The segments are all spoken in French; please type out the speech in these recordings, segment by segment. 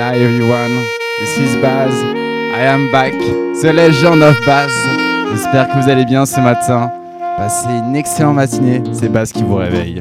Hola everyone, this is Baz. I am back, the legend of Baz. J'espère que vous allez bien ce matin. Passez une excellente matinée, c'est Baz qui vous réveille.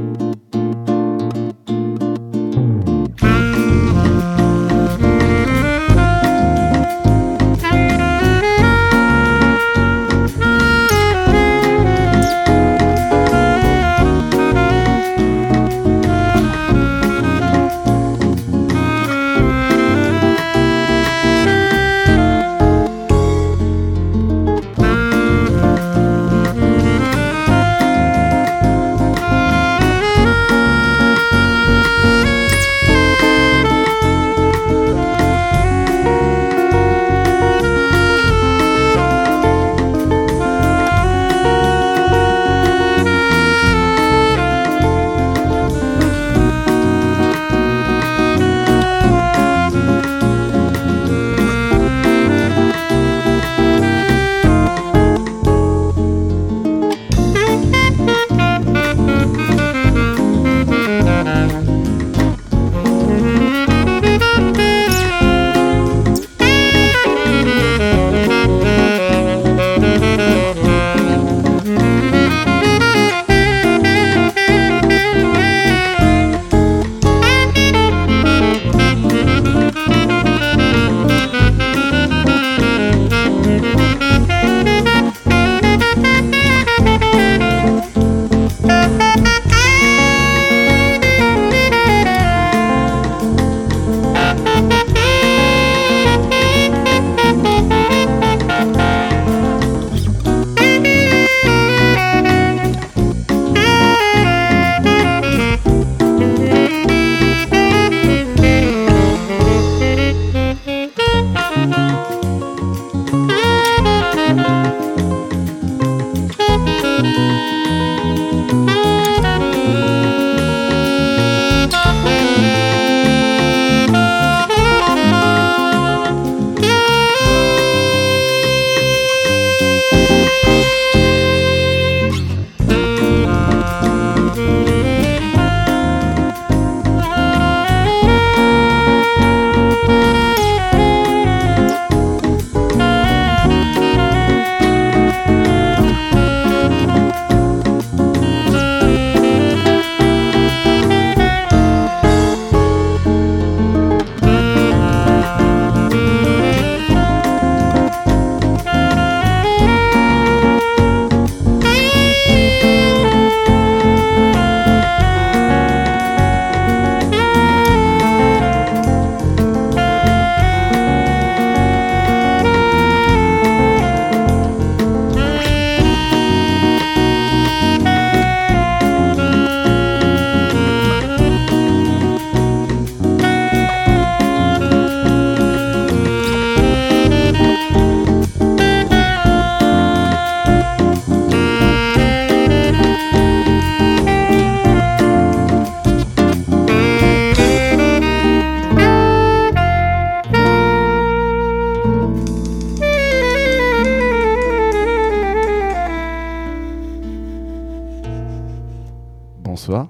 Bonsoir.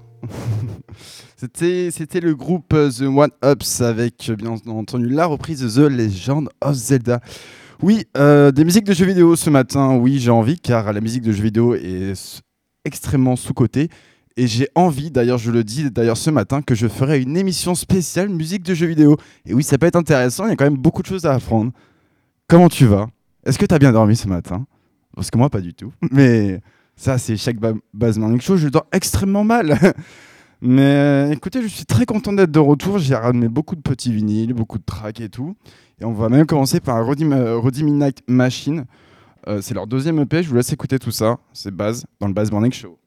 C'était le groupe The One Ups avec bien entendu la reprise de The Legend of Zelda. Oui, des musiques de jeux vidéo ce matin, oui j'ai envie car la musique de jeux vidéo est extrêmement sous-cotée et j'ai envie, d'ailleurs je le dis d'ailleurs ce matin, que je ferai une émission spéciale musique de jeux vidéo. Et oui, ça peut être intéressant, il y a quand même beaucoup de choses à apprendre. Comment tu vas ? Est-ce que tu as bien dormi ce matin ? Parce que moi pas du tout, mais... Ça, c'est chaque Baz Morning Show, je dors extrêmement mal. Mais écoutez, je suis très content d'être de retour. J'ai ramené beaucoup de petits vinyles, beaucoup de tracks et tout. Et on va même commencer par Roddy Midnight Machine. C'est leur deuxième EP, je vous laisse écouter tout ça. C'est Baz dans le Baz Morning Show.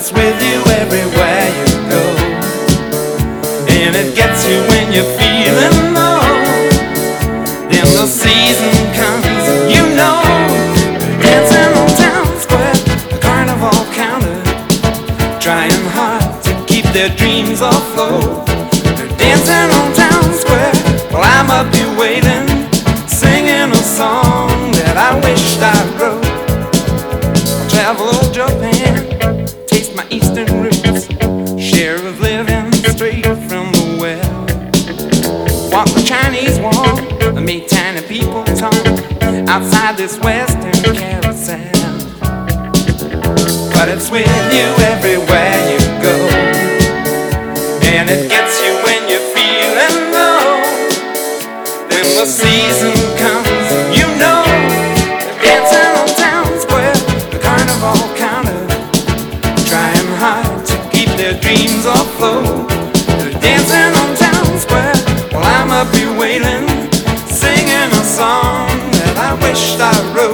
it's with you everywhere you go. And it gets you when you're feeling low. Then the season comes and you know, dancing on town square, the carnival counter, trying hard to keep their dreams afloat. They're dancing on town square while I'm up here waiting, singing a song that I wished I wrote. I'll travel old Japan, taste my eastern roots, share of living straight from the well. Walk the Chinese wall, meet tiny people talk outside this western carousel. But it's with you everywhere you go, and it gets you when you're feeling low. Then the season comes, you know, dancing on town square, the carnival counter, trying hard to keep their dreams afloat. They're dancing on town square while I'm up here waiting, singing a song that I wished I wrote.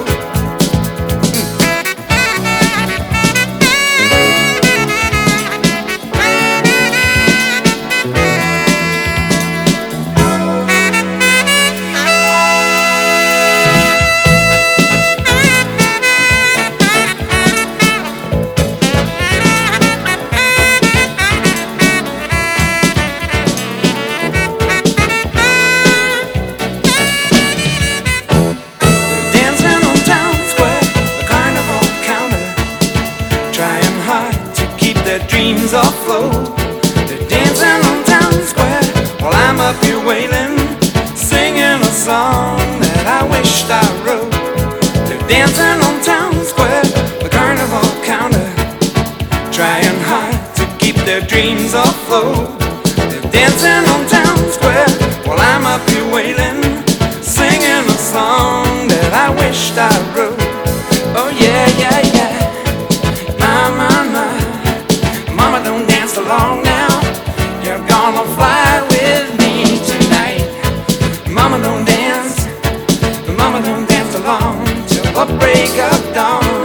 Dreams afloat. They're dancing on town square while I'm up here waiting, singing a song that I wished I wrote. They're dancing on town square, the carnival counter, trying hard to keep their dreams afloat. They're dancing on town square while I'm up here waiting, singing a song that I wished I wrote. Oh yeah, yeah, yeah. Mama, don't dance along now. You're gonna fly with me tonight. Mama, don't dance. Mama, don't dance along till the break of dawn.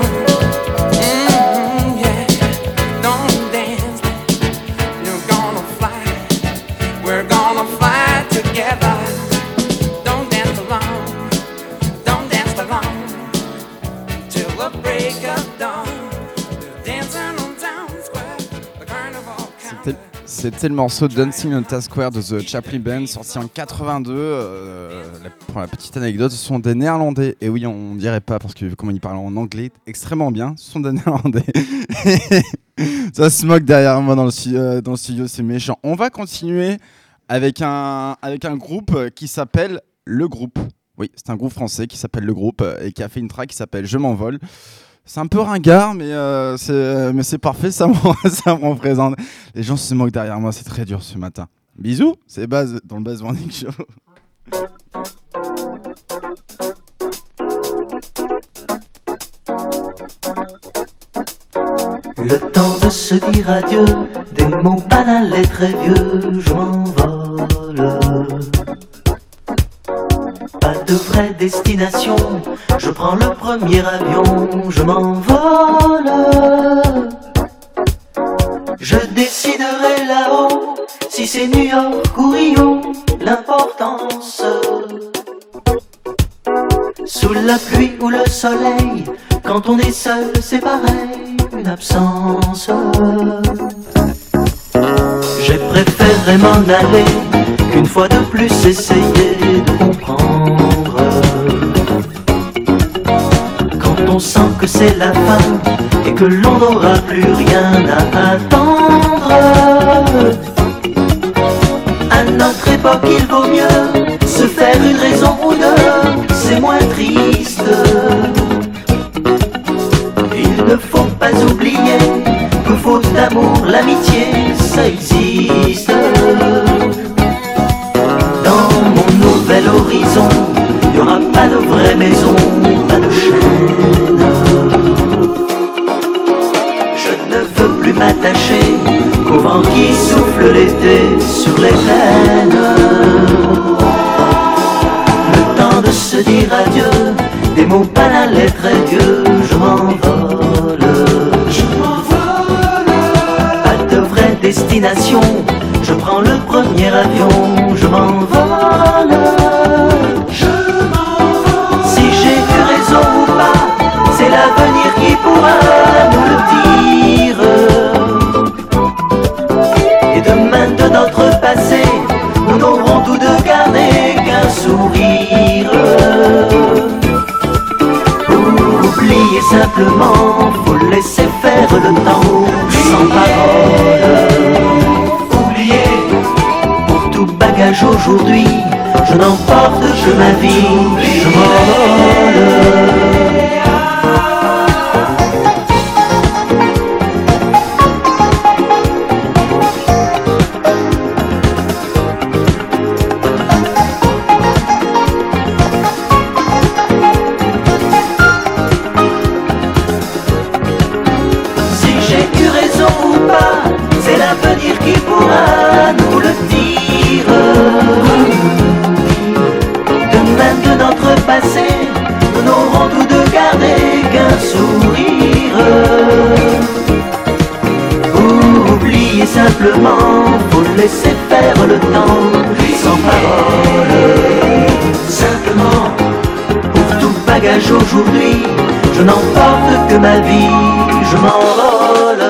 Yeah, don't dance. You're gonna fly. We're gonna fly together. Don't dance along. Don't dance along till the break of dawn. Dancing on town square. C'était le morceau Dancing on Town Square de The Chaplin Band, sorti en 82. Pour la petite anecdote, ce sont des Néerlandais. Et oui, on dirait pas parce que comment ils parlent en anglais extrêmement bien. Ce sont des Néerlandais. Ça se moque derrière moi dans le studio, c'est méchant. On va continuer avec un groupe qui s'appelle Le Groupe. Oui, c'est un groupe français qui s'appelle Le Groupe et qui a fait une track qui s'appelle Je m'envole. C'est un peu ringard, mais c'est parfait, ça me représente. Les gens se moquent derrière moi, c'est très dur ce matin. Bisous, c'est Baz dans le Baz Morning Show. Le temps de se dire adieu, des mots banals et très vieux, je m'envole. Pas de vraie destination, je prends le premier avion, je m'envole. Je déciderai là-haut, si c'est New York ou Rio, l'importance. Sous la pluie ou le soleil, quand on est seul, c'est pareil, une absence. J'ai préféré m'en aller qu'une fois de plus essayer de comprendre. Quand on sent que c'est la fin et que l'on n'aura plus rien à attendre. À notre époque il vaut mieux se faire une raison ou deux, c'est moins triste. Il ne faut pas oublier que faute d'amour, l'amitié, ça existe. Dans mon nouvel horizon, il n'y aura pas de vraie maison, pas de chaîne. Je ne veux plus m'attacher qu'au vent qui souffle l'été sur les plaines. Le temps de se dire adieu, des mots banals et très vieux, je m'envole. Je m'envole. destination. Je prends le premier avion, je m'envole. Si j'ai eu raison ou pas, c'est l'avenir qui pourra nous le dire. Et demain de notre passé, nous n'aurons tous deux gardé qu'un sourire. Oubliez simplement, faut laisser faire le temps, sans parole. Oubliez, pour tout bagage aujourd'hui, je n'emporte que ma vie, je m'envole. Qui pourra nous le dire. Demain de notre passé, nous n'aurons tous deux gardé qu'un sourire. Oubliez simplement, faut laisser faire le temps, sans parole. Simplement, pour tout bagage aujourd'hui, je n'emporte que ma vie, je m'envole.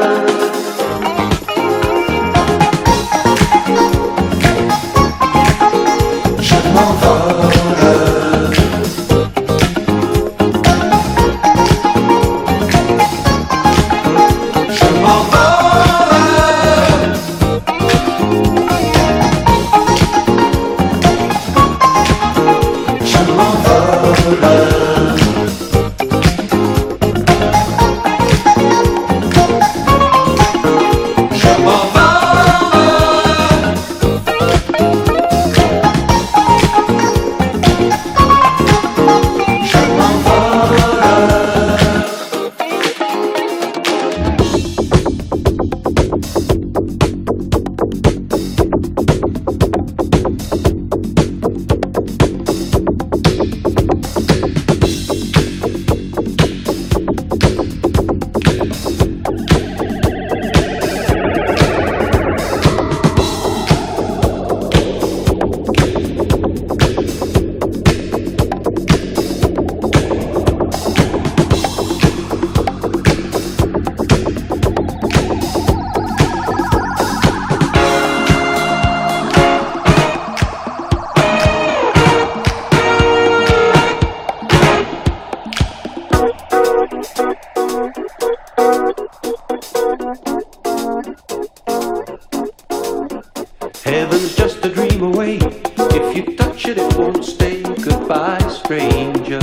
Heaven's just a dream away. If you touch it, it won't stay. Goodbye, stranger.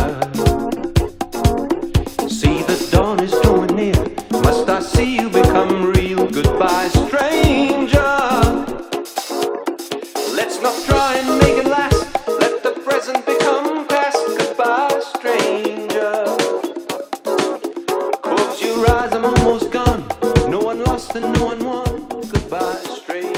See the dawn is drawing near. Must I see you become real? Goodbye, stranger. Let's not try and make it last. Let the present become past. Goodbye, stranger. Close your eyes, I'm almost gone. No one lost and no one won. Goodbye, stranger.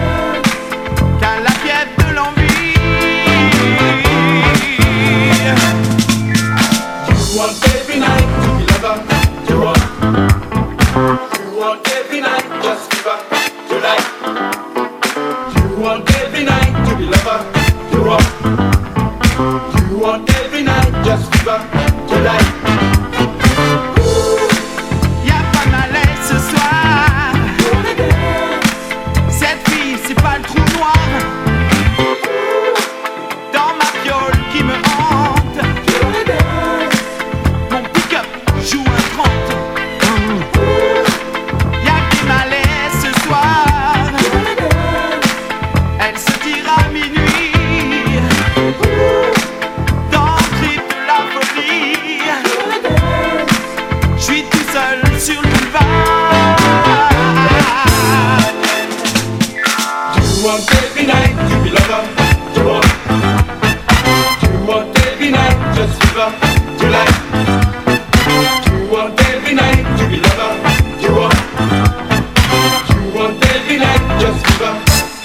Yeah. want every night to be lover, you want. You want every night just give up your life. You want every night to be lover, you want. You want every night just give up your life. Y'a pas de malaise ce soir. Cette fille c'est pas le trou noir dans ma fiole qui me hante. Mon pick-up joue un 30. Y'a que des malaises ce soir. Elle se tire à minuit dans le trip de la folie. J'suis tout seul sur le boulevard. You want every night to be lover, you want. You want every night just give up your life. You want every night to be lover, you want. You want every night just give up.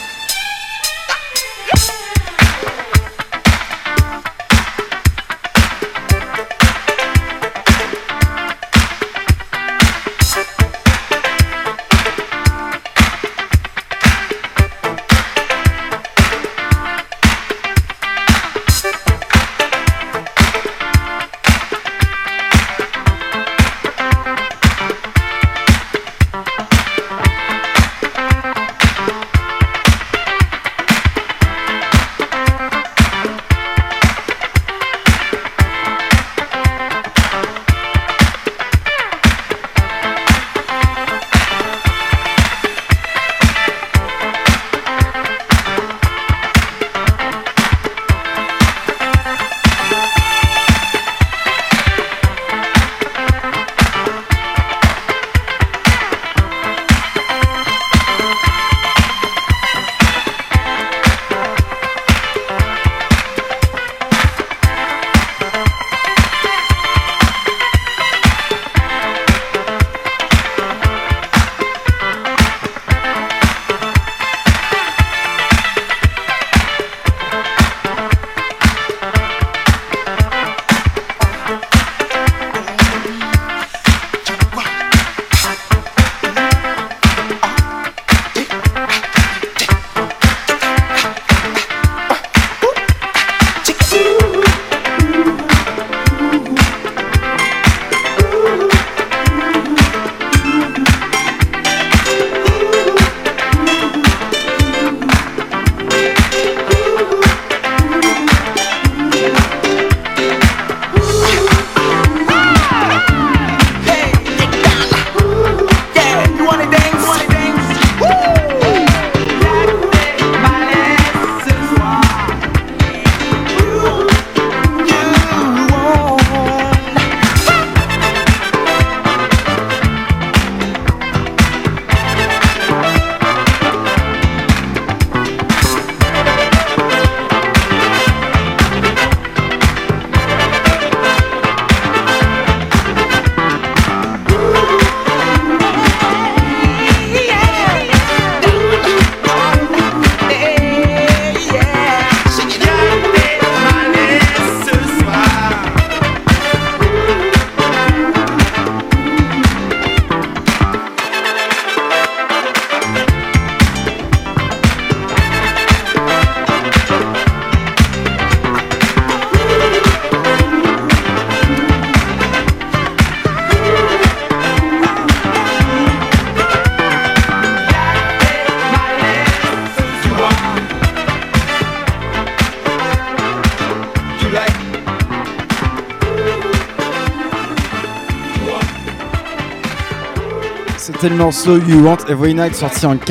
C'était le morceau You Want Every Night sorti en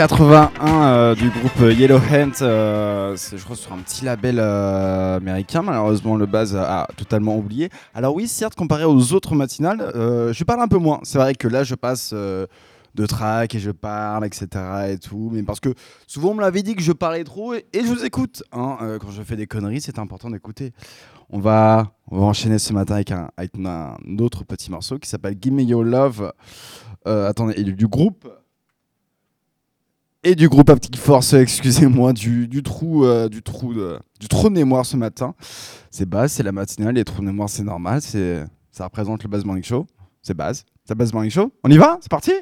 81 du groupe Yellow Hand. C'est je crois sur un petit label américain. Malheureusement le buzz a totalement oublié. Alors oui, certes comparé aux autres matinales, je parle un peu moins. C'est vrai que là je passe de track et je parle, etc. et tout. Mais parce que souvent on me l'avait dit que je parlais trop et je vous écoute. Hein. Quand je fais des conneries, c'est important d'écouter. On va enchaîner ce matin avec un autre petit morceau qui s'appelle Give Me Your Love. Attendez, et du groupe Haptic Force, excusez-moi, du trou de mémoire ce matin. C'est bas, c'est la matinale, les trous de mémoire c'est normal, c'est Ça représente le Buzz Morning Show. C'est Buzz. C'est Buzz Morning Show. On y va? C'est parti?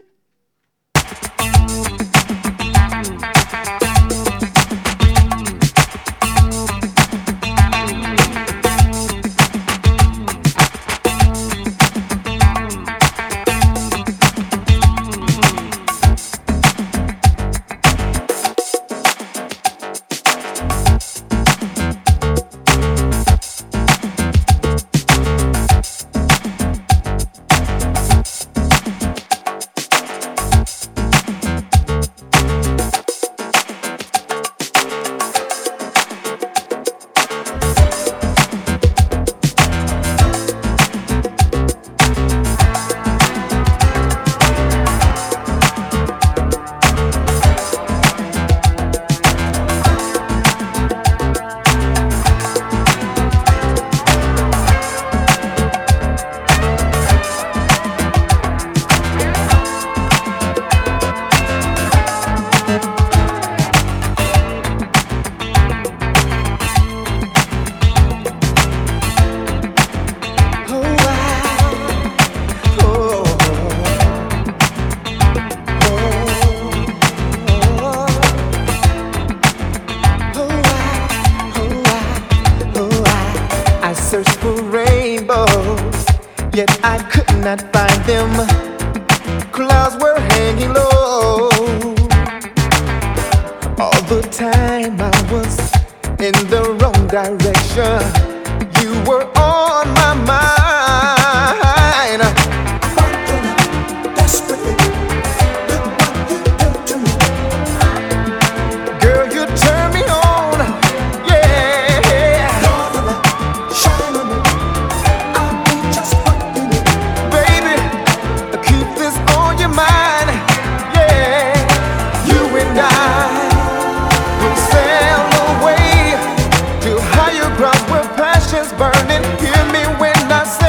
Burning, hear me when I say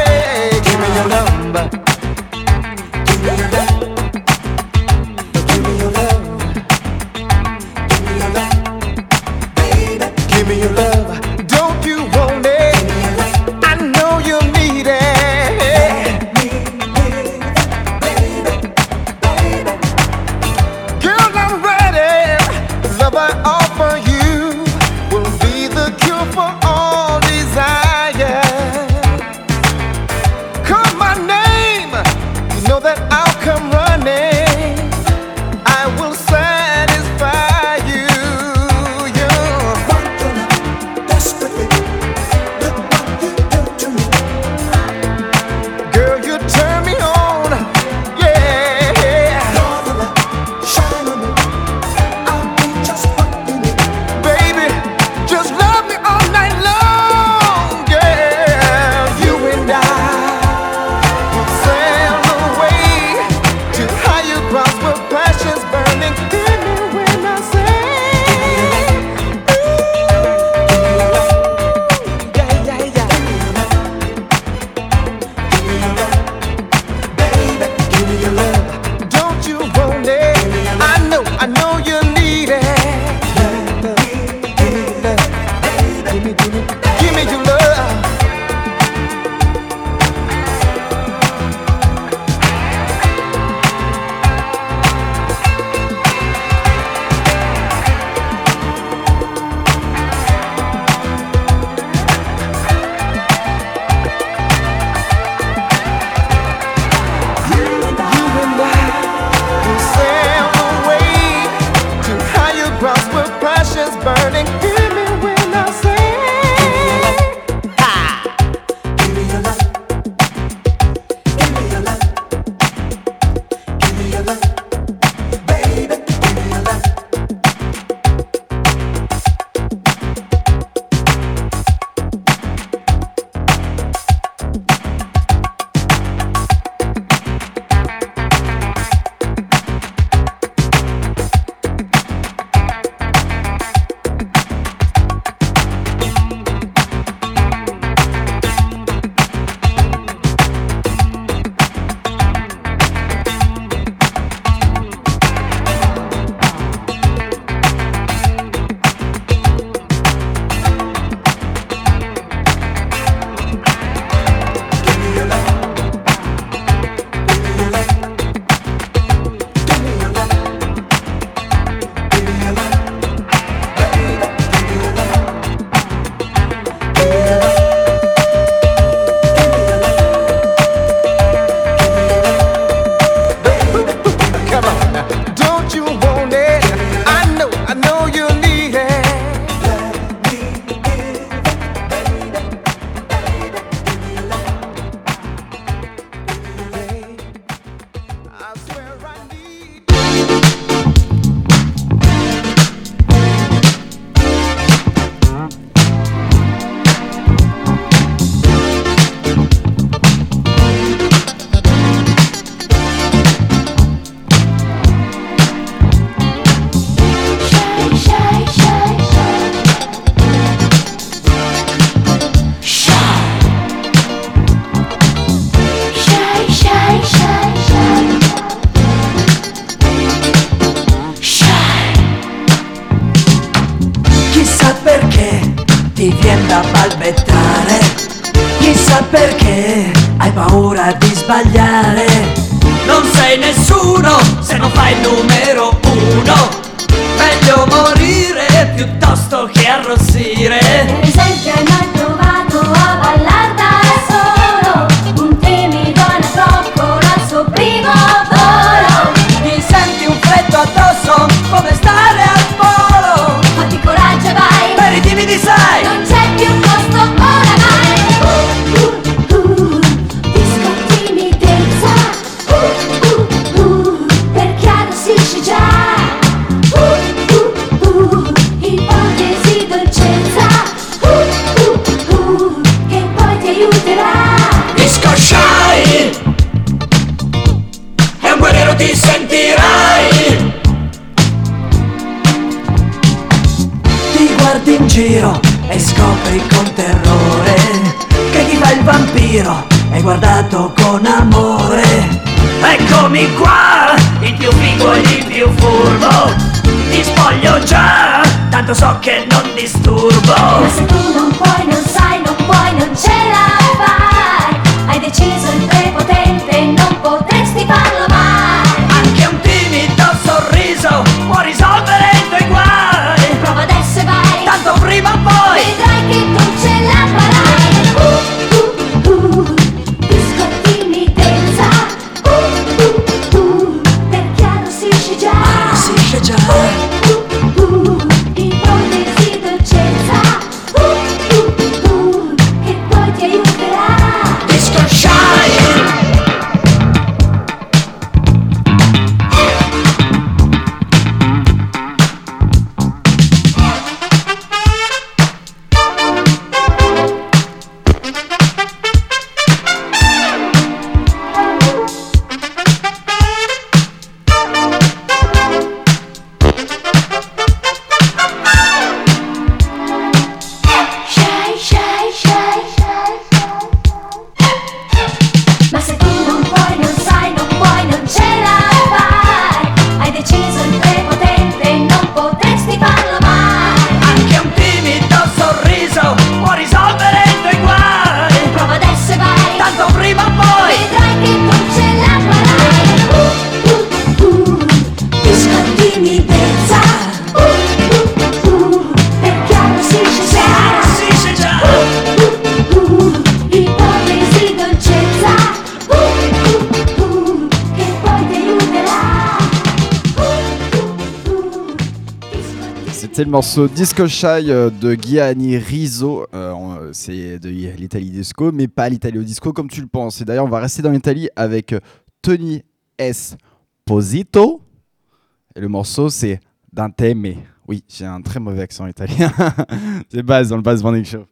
ti vien da balbettare. Chissà perché hai paura di sbagliare. Non sei nessuno se non fai il numero uno. Meglio morire piuttosto che arrossire. Per esempio hai mai provato a ballar da solo? Un timido anatroccolo al suo primo volo. Ti senti un freddo addosso come stare al polo. Fatti coraggio e vai, Per i timidi sai, non c'è più posto oramai. Disco timidezza. Perché arrossisci già. Ipotesi dolcezza. Che poi ti aiuterà. disco shy. E un guerriero ti sentirai. Ti guardi in giro e scopri con terrore che chi fa il vampiro è guardato con amore. Eccomi qua, il più figo e il più furbo. Ti spoglio già, tanto so che non disturbo. Ma se tu non puoi, non sai, non puoi, non ce la fai. Hai deciso il prepotente, non potresti farlo mai. Anche un timido sorriso può risolvere i tuoi guai. Prova adesso e vai, Tanto prima o poi vedrai che tu ce la farai. Disco timidezza. Perché arrossisci già. si esce già. Ipotesi dolcezza. Che poi ti aiuterà. Disco shy. Shy, shy, shy, shy. Ma se tu non puoi, non sai, non puoi, non ce la fai. Hai deciso il prepotente, non potresti farlo mai. Anche un timido sorriso può risolvere i tuoi guai. Prova adesso e vai, Tanto prima o poi vedrai che tu ce la farai. Disco timidezza. Perché arrossisci già. si esce già. Ipotesi dolcezza. Che poi ti aiuterà. C'était le morceau Disco Shy de Gianni Rizzo. C'est de l'Italie Disco, mais pas l'Italie Disco comme tu le penses. Et d'ailleurs, on va rester dans l'Italie avec Tony Esposito. Et le morceau, c'est Dante Me. Oui, j'ai un très mauvais accent italien. C'est Baz dans le Baz Morning Show.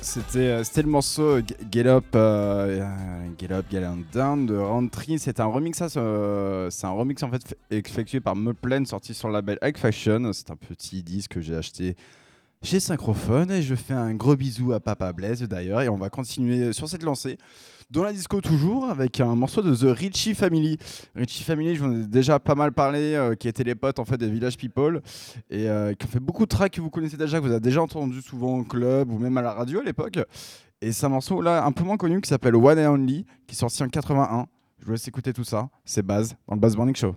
C'était le morceau Get Up, Get On Down de Roundtree. C'est un remix, c'est un remix en fait effectué par Mudplan, sorti sur le label High Fashion. C'est un petit disque que j'ai acheté chez Synchrophone et je fais un gros bisou à Papa Blaise d'ailleurs. Et on va continuer sur cette lancée dans la disco toujours avec un morceau de The Ritchie Family. Ritchie Family, je vous en ai déjà pas mal parlé, qui étaient les potes en fait des Village People et qui ont fait beaucoup de tracks que vous connaissez déjà, que vous avez déjà entendu souvent au club ou même à la radio à l'époque. Et c'est un morceau là un peu moins connu qui s'appelle One and Only, qui est sorti en 81. Je vous laisse écouter tout ça. C'est Baz dans le Baz Morning Show.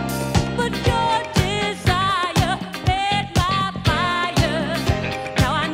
Now I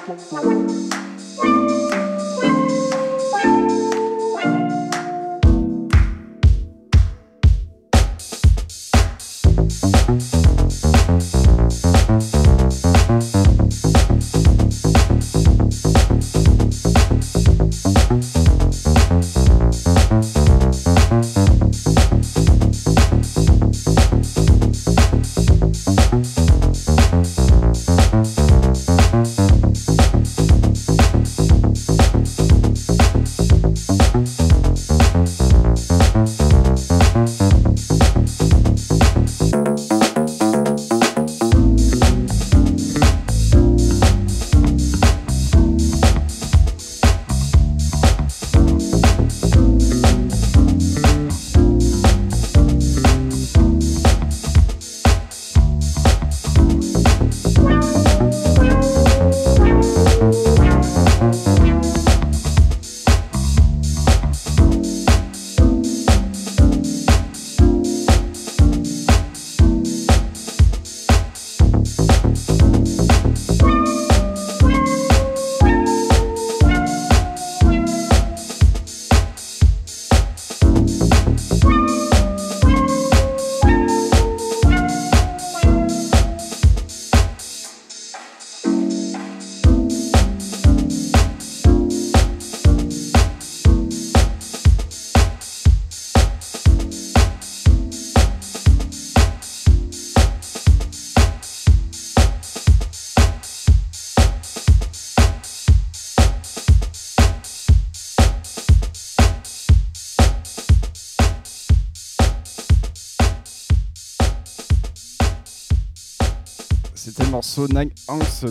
C'était le morceau Nine Hanks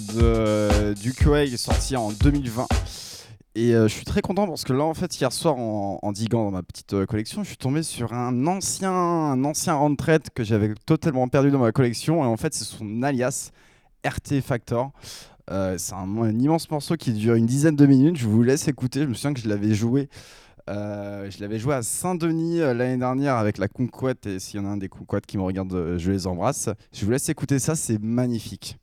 du Quake sorti en 2020. Et je suis très content parce que là, en fait, hier soir, en diguant dans ma petite collection, je suis tombé sur un ancien round trade que j'avais totalement perdu dans ma collection. Et en fait, c'est son alias RT Factor. C'est un immense morceau qui dure une dizaine de minutes. Je vous laisse écouter. Je me souviens que je l'avais joué à Saint-Denis l'année dernière avec la Conquête, et s'il y en a un des Conquêtes qui me regarde, je les embrasse. Je vous laisse écouter ça, c'est magnifique.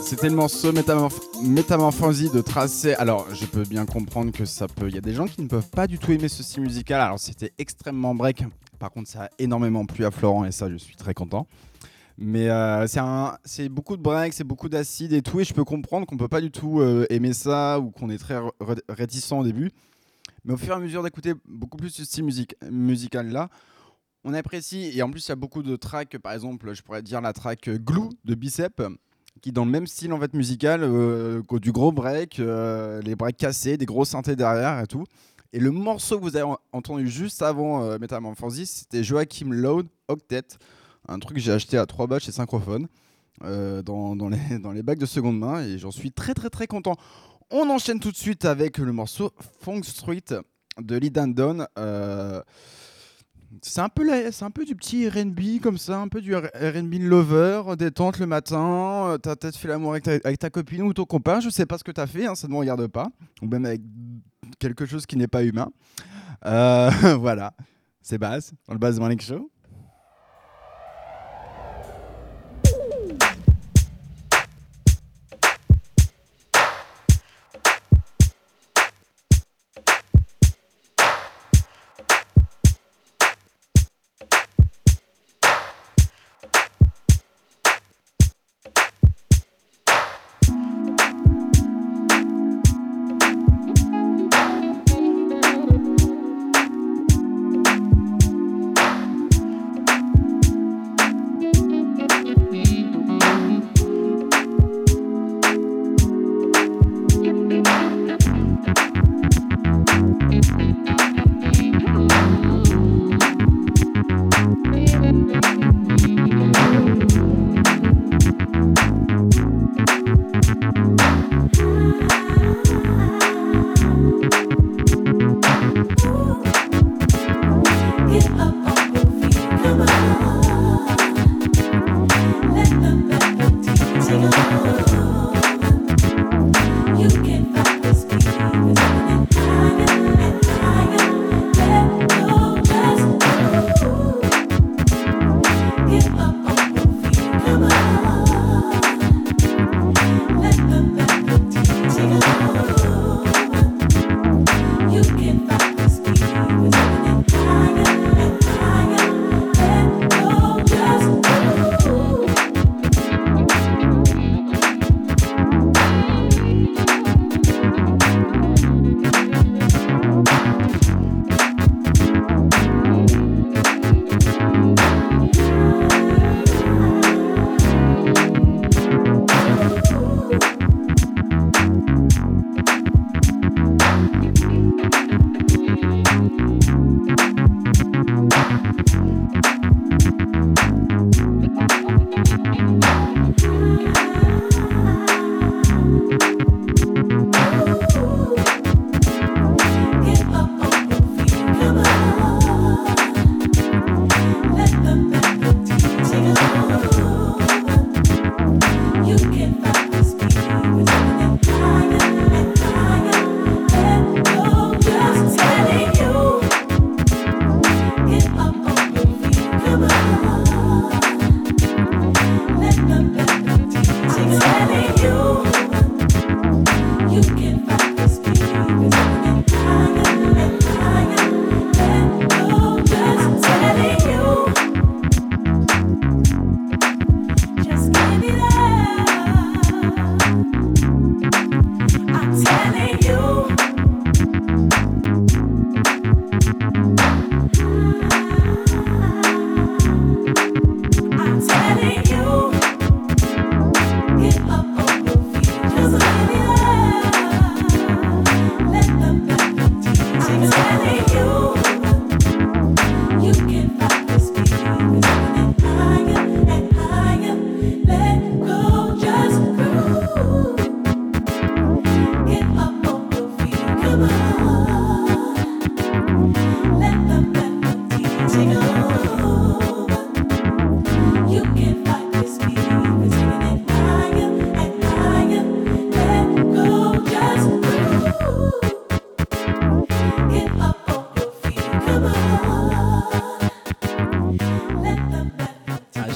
C'était le morceau Métamorphosie de Tracé. Alors, je peux bien comprendre que il y a des gens qui ne peuvent pas du tout aimer ce style musical. Alors, c'était extrêmement break. Par contre, ça a énormément plu à Florent et ça, je suis très content. Mais c'est beaucoup de break, c'est beaucoup d'acide et tout. Et je peux comprendre qu'on peut pas du tout aimer ça ou qu'on est très réticent au début. Mais au fur et à mesure d'écouter beaucoup plus ce style musical là, on apprécie. Et en plus, il y a beaucoup de tracks. Par exemple, je pourrais dire la track Glue de Bicep, qui est dans le même style en fait musical, du gros break, les breaks cassés, des gros synthés derrière et tout. Et le morceau que vous avez entendu juste avant Métamorphosis, c'était Joachim Loud Octet, un truc que j'ai acheté à 3 balles chez Synchrophone, dans les bacs de seconde main, et j'en suis très très très content. On enchaîne tout de suite avec le morceau Funk Street de Lee Dandon. C'est un peu du petit R&B comme ça, un peu du R&B lover, détente le matin. T'as peut-être fait l'amour avec ta copine ou ton copain, je sais pas ce que t'as fait, hein, ça ne me regarde pas, ou même avec quelque chose qui n'est pas humain. Voilà, c'est Baz dans le Baz Morning Show.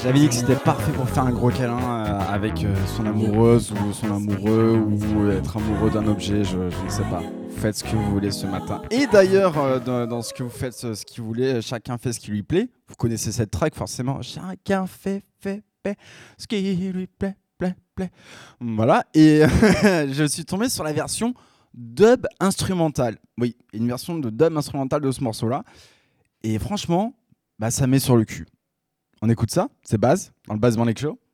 J'avais dit que c'était parfait pour faire un gros câlin avec son amoureuse ou son amoureux ou être amoureux d'un objet, je ne sais pas. Vous faites ce que vous voulez ce matin. Et d'ailleurs, dans ce que vous faites, ce qu'il vous voulez, chacun fait ce qui lui plaît. Vous connaissez cette track forcément. Chacun fait ce qui lui plaît. Voilà, et je suis tombé sur la version dub instrumentale. Oui, une version de dub instrumentale de ce morceau-là. Et franchement, bah, ça met sur le cul. On écoute ça, c'est Baz, dans le Baz Morning Show.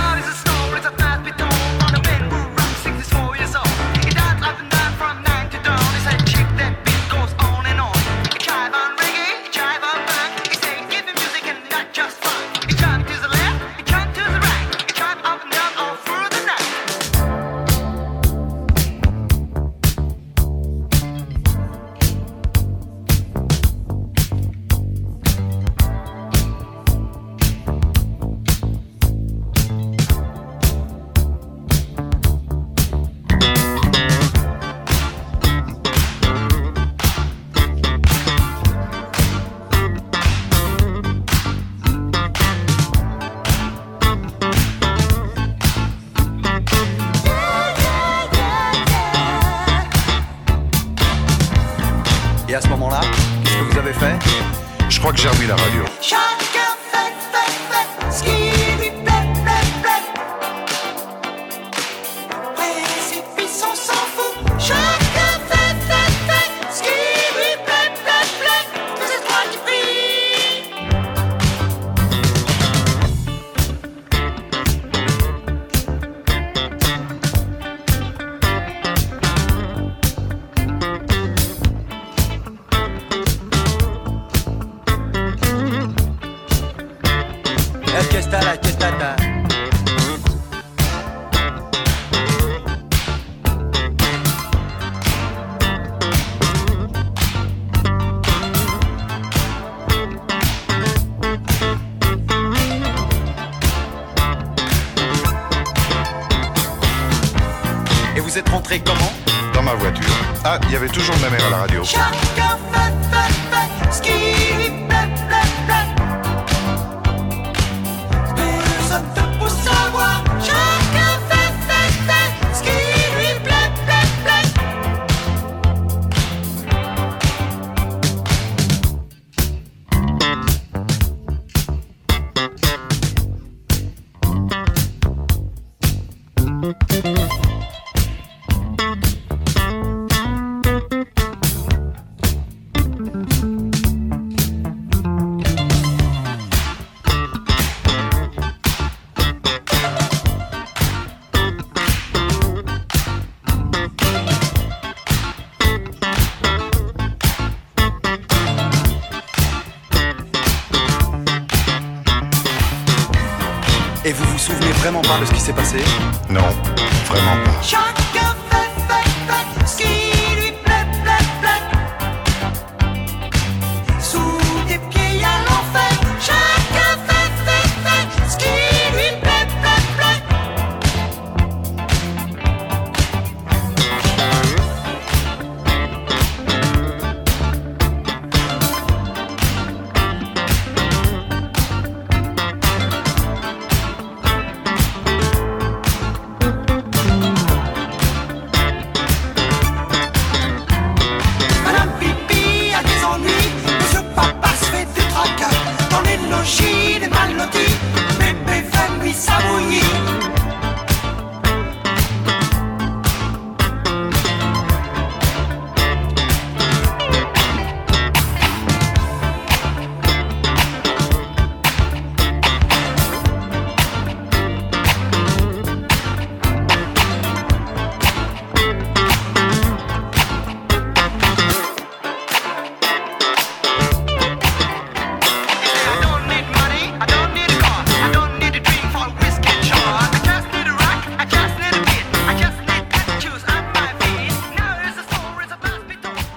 Et à ce moment-là, qu'est-ce que vous avez fait? Je crois que j'ai remis la radio. Chacun fait ce qui lui plaît. Précipice, on s'en fout. Chacun fait ce qui lui plaît. C'est toi qui prie. La fiesta. Et vous êtes rentré comment? Dans ma voiture. Ah, il y avait toujours ma mère à la radio. Chacun fait ce qui lui plaît. Personne te pousse à voir. Chacun fait ce qui lui plaît. Et vous vous souvenez vraiment pas de ce qui s'est passé? Non, vraiment pas. Chacun fait ce qui lui plaît. Sous tes pieds y'a l'enfer. Chacun fait ce qui lui plaît. Madame Pipi a des ennuis, monsieur Papa se fait du tracas. Dans les logis, les mal lotis, bébé fait lui sa bouillie. I don't need money, I don't need a car, I don't need a drink for whiskey and jar. I just need a rock, I just need a beat, I just need attitudes on my feet. Now here's a story that must be told.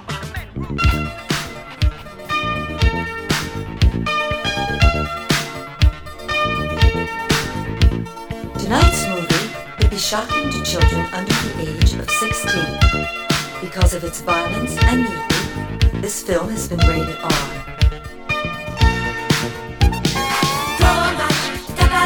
Tonight's movie will be shocking to children under the age of 16. Because of its violence and nudity, this film has been rated R. Tomasz, tata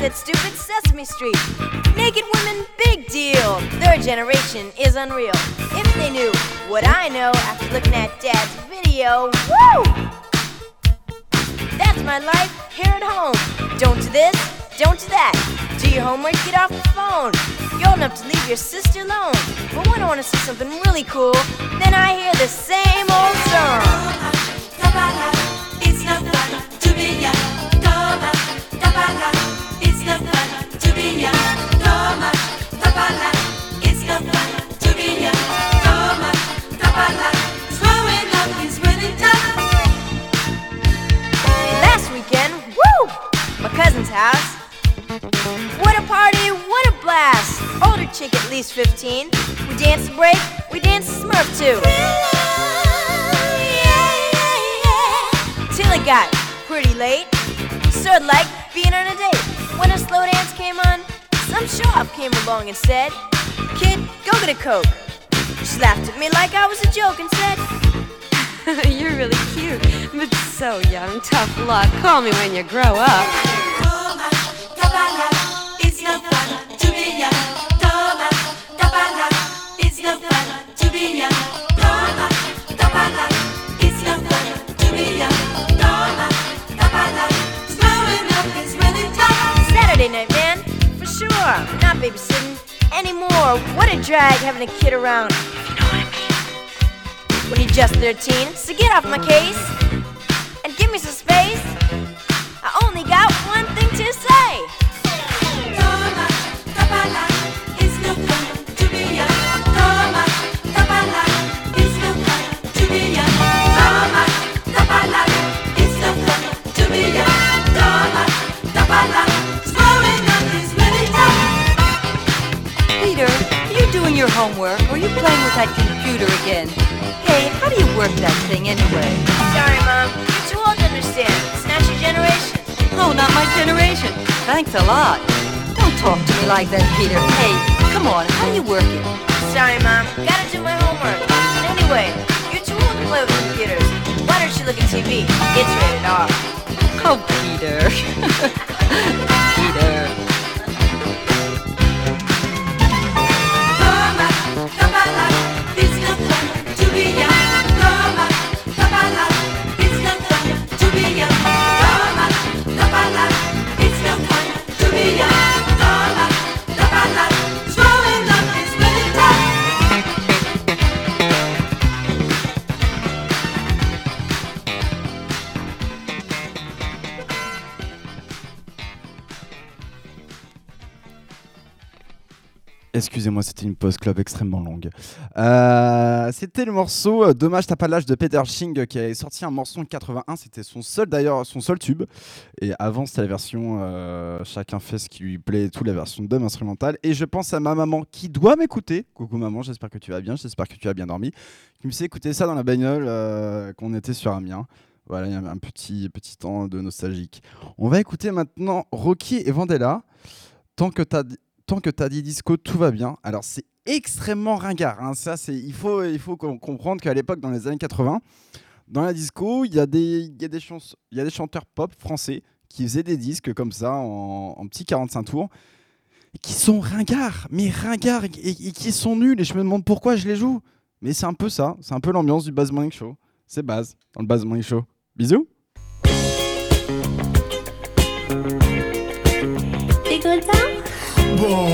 said stupid Sesame Street. Naked women, big deal. Their generation is unreal. If they knew what I know after looking at Dad's video, woo! That's my life here at home. Don't do this, don't do that. Do your homework, get off the phone. You're old enough to leave your sister alone. But when I want to see something really cool, then I hear the same old song. It's no fun to be young. Toma, tapala. It's no fun to be young. Toma, tapala. It's no fun to be young. Toma, tapala. Growing up is really tough. Last weekend, woo! My cousin's house. What a party, what a blast. Older chick at least 15. We danced the break, we danced Smurf too. Till it got pretty late. Sort of like being on a date. When a slow dance came on, some show-off came along and said, "Kid, go get a Coke." She laughed at me like I was a joke and said, "You're really cute, but so young. Tough luck. Call me when you grow up." Toma, tapala. It's no fun to be young. Toma, tapala. It's no fun to be young. Toma, tapala. It's no fun to be young. Toma, tapala. Growing up is really tough. Saturday night, man, for sure. Not babysitting anymore. What a drag having a kid around. You know what I mean? When you're just 13, so get off my case and give me some space. I only got one thing to say. Toma, tapala. It's no fun to be young. Toma, tapala. It's no fun to be young. Toma, tapala. It's no fun to be young. Toma, tapala. Growing up is really tough. Peter, are you doing your homework or are you playing with that computer again? Hey, how do you work that thing anyway? Sorry, Mom. You're too old to understand. It's not your generation. Oh, not my generation. Thanks a lot. Don't talk to me like that, Peter. Hey, come on, how do you work it? Sorry, Mom. Gotta do my homework. And anyway, you're too old to play with computers. Why don't you look at TV? It's rated R. Oh, Peter. Peter. Toma, tapala. It's no fun to be young. Toma, tapala. It's no fun to be young. Toma, tapala. It's no fun to be young. Toma, tapala. Growing up is really tough. Excusez-moi, c'était une pause club extrêmement longue. C'était le morceau Dommage t'as pas l'âge de Peter Ching qui avait sorti un morceau en 81. C'était son seul tube. Et avant, c'était la version Chacun fait ce qui lui plaît et tout, la version dub instrumentale. Et je pense à ma maman qui doit m'écouter. Coucou maman, j'espère que tu vas bien, j'espère que tu as bien dormi. Qui me fait écouter ça dans la bagnole quand on était sur Amiens. Voilà, il y a un petit temps de nostalgique. On va écouter maintenant Rocky et Vandella. Tant que t'as dit disco, tout va bien. Alors c'est extrêmement ringard. Hein. Ça, il faut comprendre qu'à l'époque, dans les années 80, dans la disco, il y a des chanteurs pop français qui faisaient des disques comme ça en petits 45 tours, et qui sont ringards, et qui sont nuls. Et je me demande pourquoi je les joue. Mais c'est un peu ça. C'est un peu l'ambiance du Buzz Morning Show. C'est Baz dans le Buzz Morning Show. Bisous. T'es content?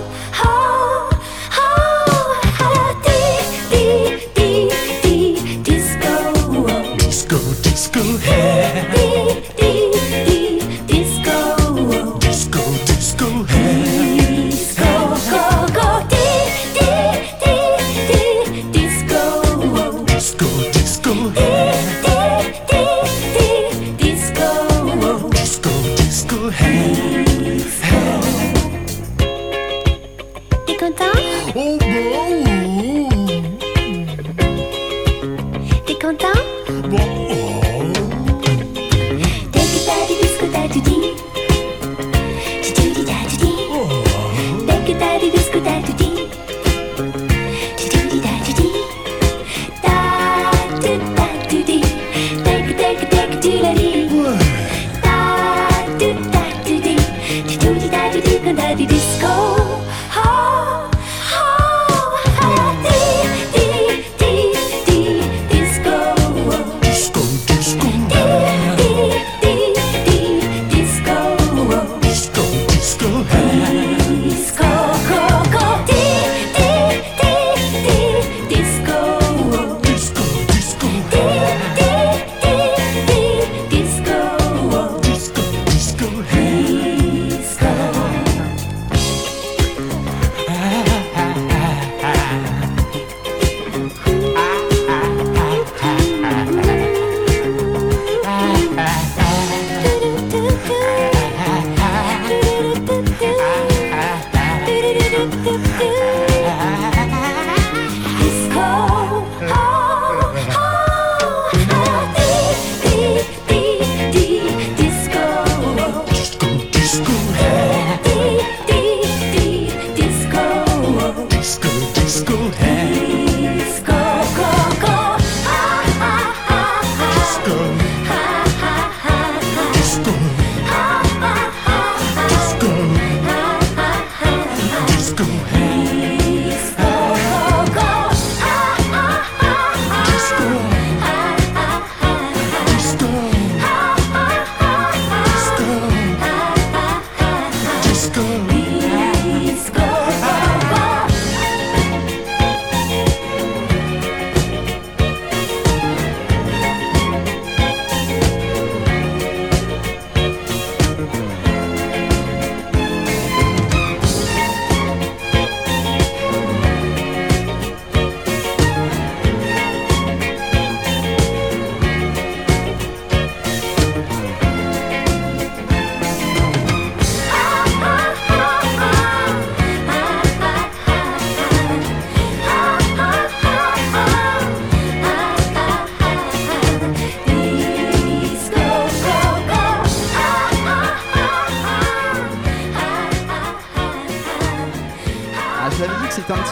Disco.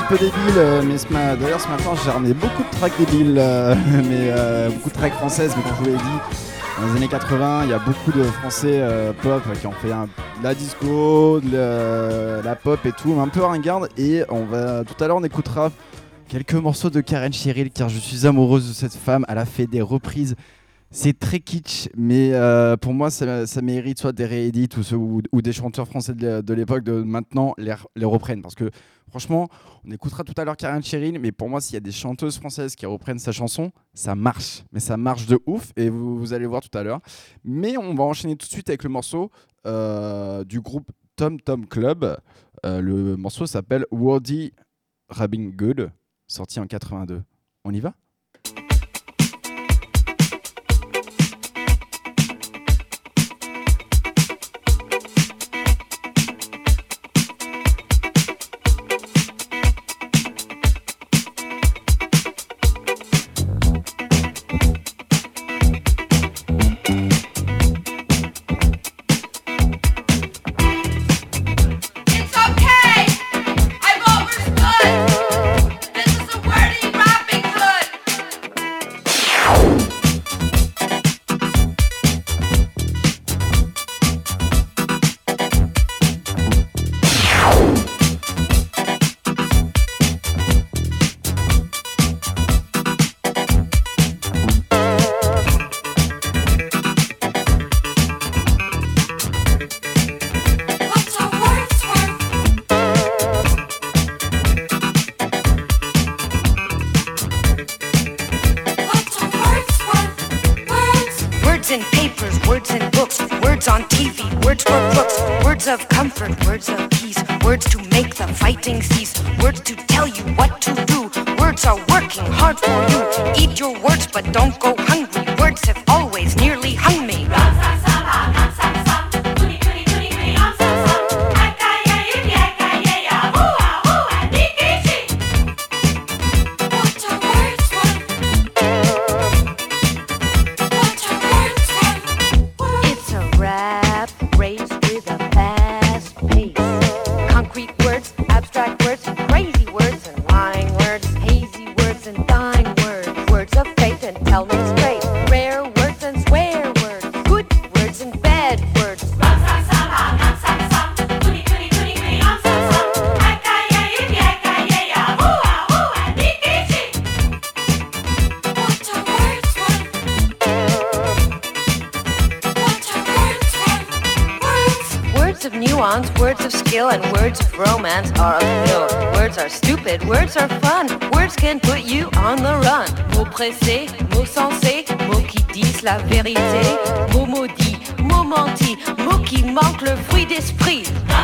peu débile, mais d'ailleurs ce matin j'ai ramené beaucoup de tracks débiles, beaucoup de tracks françaises, mais comme je vous l'ai dit, dans les années 80, il y a beaucoup de Français pop qui ont fait la disco, la pop et tout, un peu ringarde, et tout à l'heure on écoutera quelques morceaux de Karen Cheryl, car je suis amoureuse de cette femme. Elle a fait des reprises, c'est très kitsch, mais pour moi ça mérite soit des réédits ou des chanteurs français de l'époque de maintenant les reprennent, parce que franchement on écoutera tout à l'heure Karen Cheryl, mais pour moi s'il y a des chanteuses françaises qui reprennent sa chanson, ça marche, mais ça marche de ouf, et vous allez voir tout à l'heure. Mais on va enchaîner tout de suite avec le morceau du groupe Tom Tom Club. Le morceau s'appelle Wordy Rabin Good, sorti en 82. On y va ? Of comfort, words of peace, words to make the fighting cease, words to tell you what to do. Words are working hard for you. Eat your words, but don't go hungry. Words have always nearly hung me. It's a rap race with a fast pace. Concrete words, abstract words, crazy words and lying words, hazy words and dying words, words of faith and tell me straight, rare words and swear words, good words and bad words. Words of nuance, words of skill, and words of romance are a pill. Words are stupid, words are fun. Words can put you on the run. Mots pressés, mots sensés, mots qui disent la vérité. Mots maudits, mots mentis, mots qui manquent le fruit d'esprit.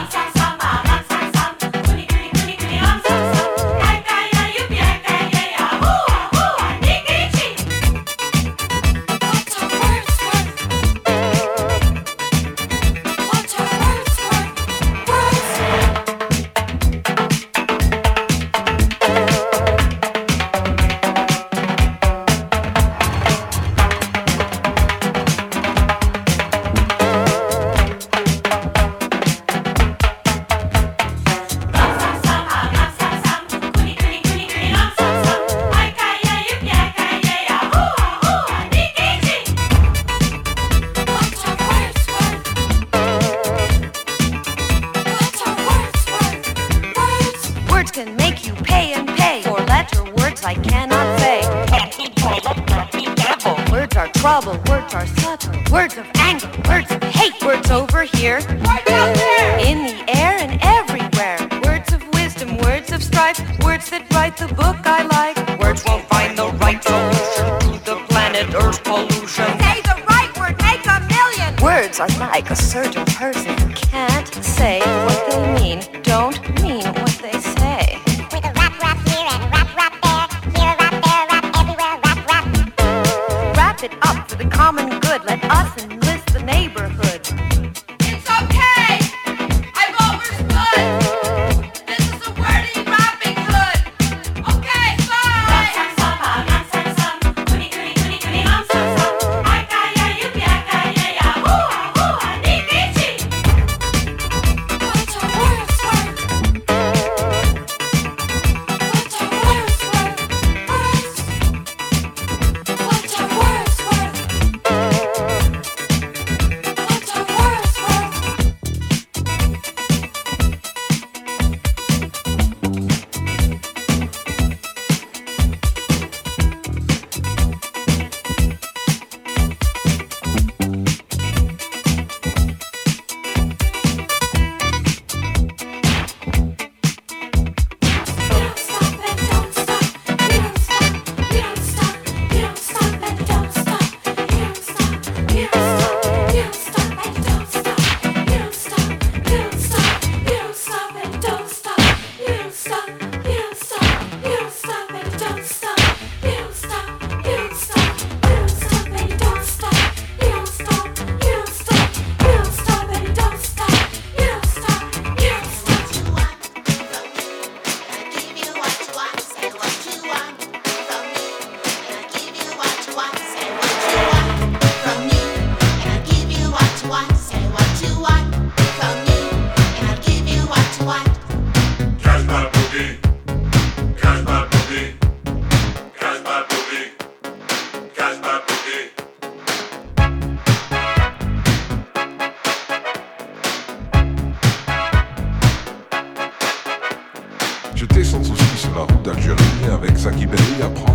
Trouble, words are subtle, words of anger, words of hate, words over here, words out there, in the air and everywhere, words of wisdom, words of strife, words that write the book I like, words won't find the right solution to the planet Earth's pollution. Say the right word, make a million. Words are like a certain person who can't say what they mean, don't mean what they say. With a rap, rap here and a rap, rap there, here a rap, there a rap, everywhere rap, rap. Wrap it up for the common good. Let us enlist the neighborhood. It's okay. I've overstood. This is a wordy rapping hood. Okay, bye.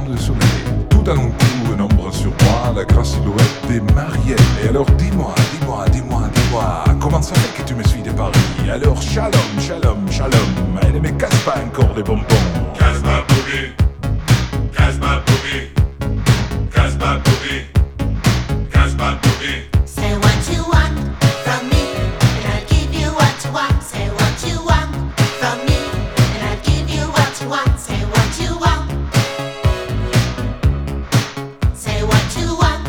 le soleil. Tout d'un coup, une ombre sur moi, la grasse silhouette des Mariettes. Et alors dis-moi, comment ça fait que tu me suis de Paris? Alors shalom, elle ne me casse pas encore les bonbons. Casse ma boogie, casse ma boogie, casse ma boogie, casse ma boogie. Say what you want from me, and I'll give you what you want. Say what you want from me, and I'll give you what you want. Say what you want. Say what you want.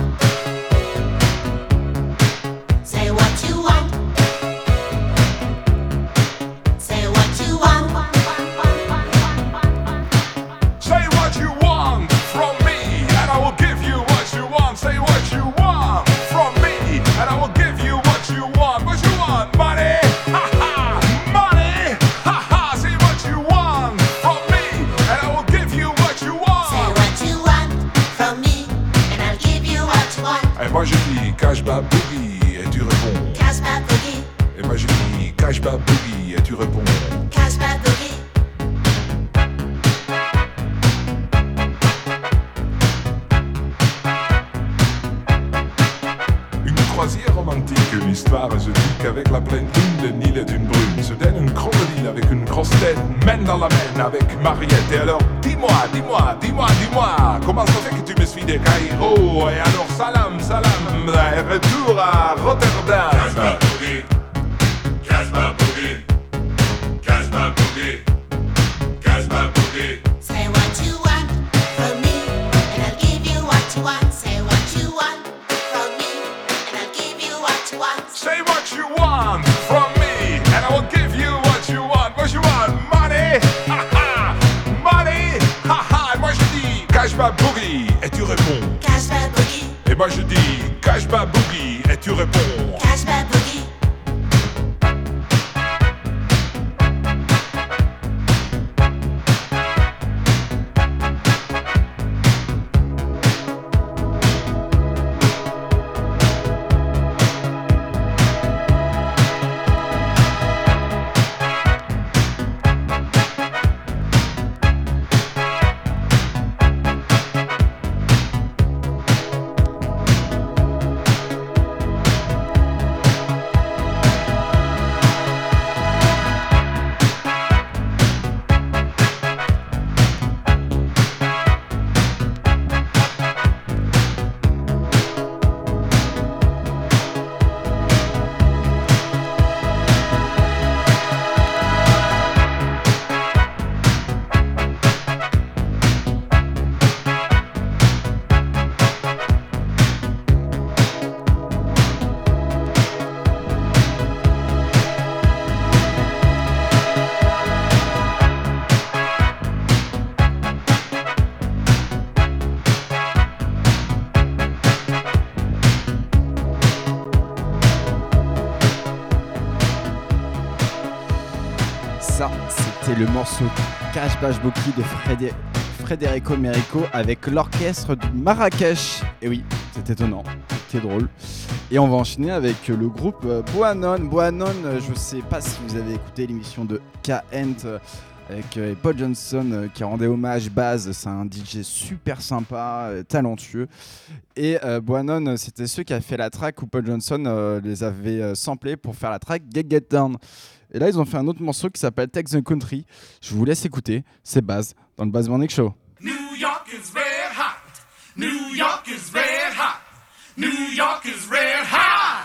Say what you want. Say what you want. Say what you want from me, and I will give you what you want. Say what you want from me, and I will give you what you want. What you want, money? Ha ha, money. Ha ha. Say what you want from me, and I will give you what you want. Say what you want from me, and I'll give you what you want. Et moi je dis cache ma boogie et tu réponds. Casse ma boogie, Et moi je dis cache ma boogie et tu réponds. casse ma boogie. Une croisière romantique, une histoire exotique avec la pleine lune, le Nil est une brune. Se donne une crocodile avec une grosse tête, main dans la main avec Mariette. Et alors dis-moi, comment ça fait que tu me suis des Caïro? Et alors salam, et retour à Rotterdam. Casse ma boogie, casse ma boogie, casse ma boogie, casse ma boogie. Say what you want from me, and I'll give you what you want. Say what you want from me, and I'll give you what you want. Say what you want from me, and I will give you what you want. What you want, money? Ha ha, money? Ha ha. Et moi je dis cache ma boogie et tu réponds. Casse ma boogie, Et moi je dis cache ma boogie et tu réponds. casse ma boogie. Ça, c'était le morceau Cash Bash Bookie de Federico Merico avec l'orchestre du Marrakech. Et oui, c'est étonnant, c'était drôle. Et on va enchaîner avec le groupe Boanon. Boanon, je sais pas si vous avez écouté l'émission de K-Ent avec Paul Johnson qui rendait hommage Baz. C'est un DJ super sympa, talentueux. Et Boanon, c'était ceux qui avaient fait la track où Paul Johnson les avait samplés pour faire la track Get Down. Et là, ils ont fait un autre morceau qui s'appelle Take the Country. Je vous laisse écouter. C'est Baz dans le Baz Morning Show. New York is red hot. New York is red hot. New York is red hot.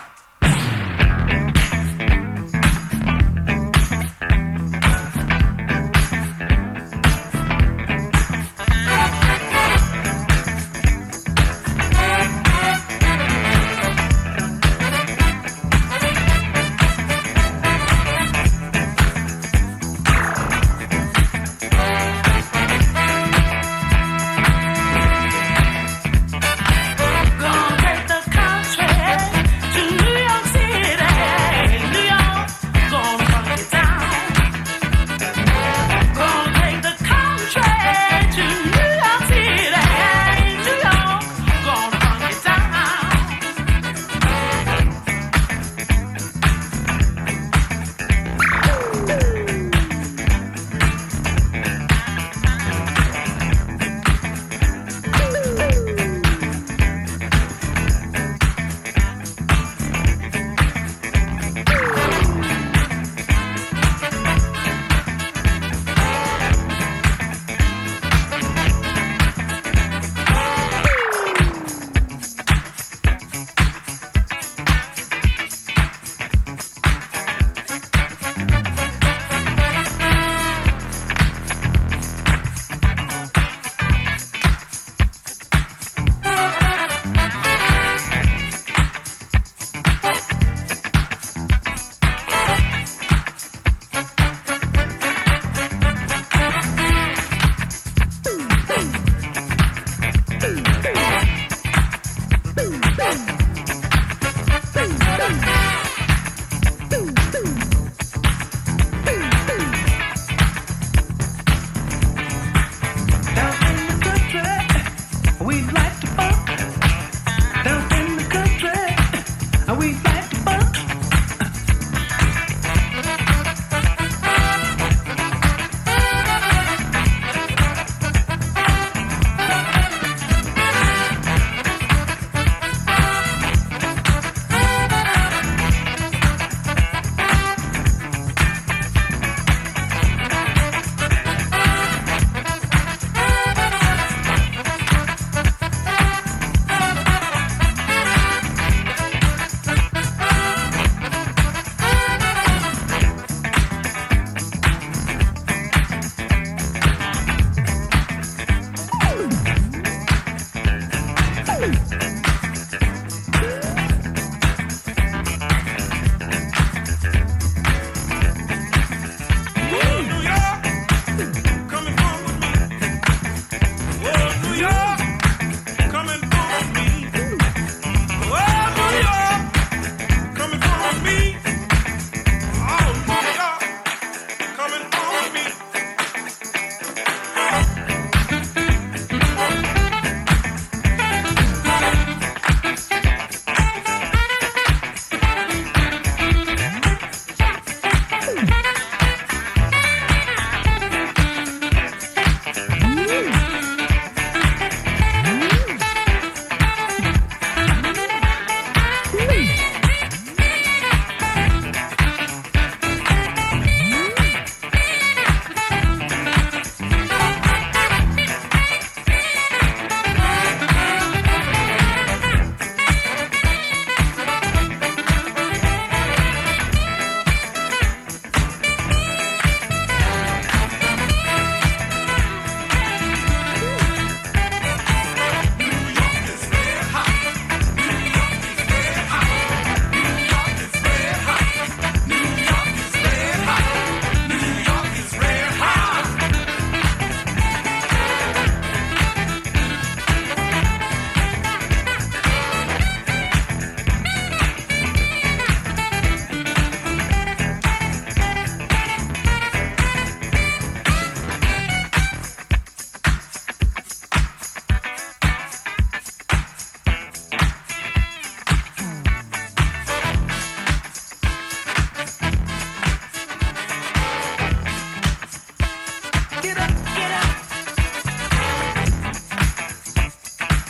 Gonna take the country.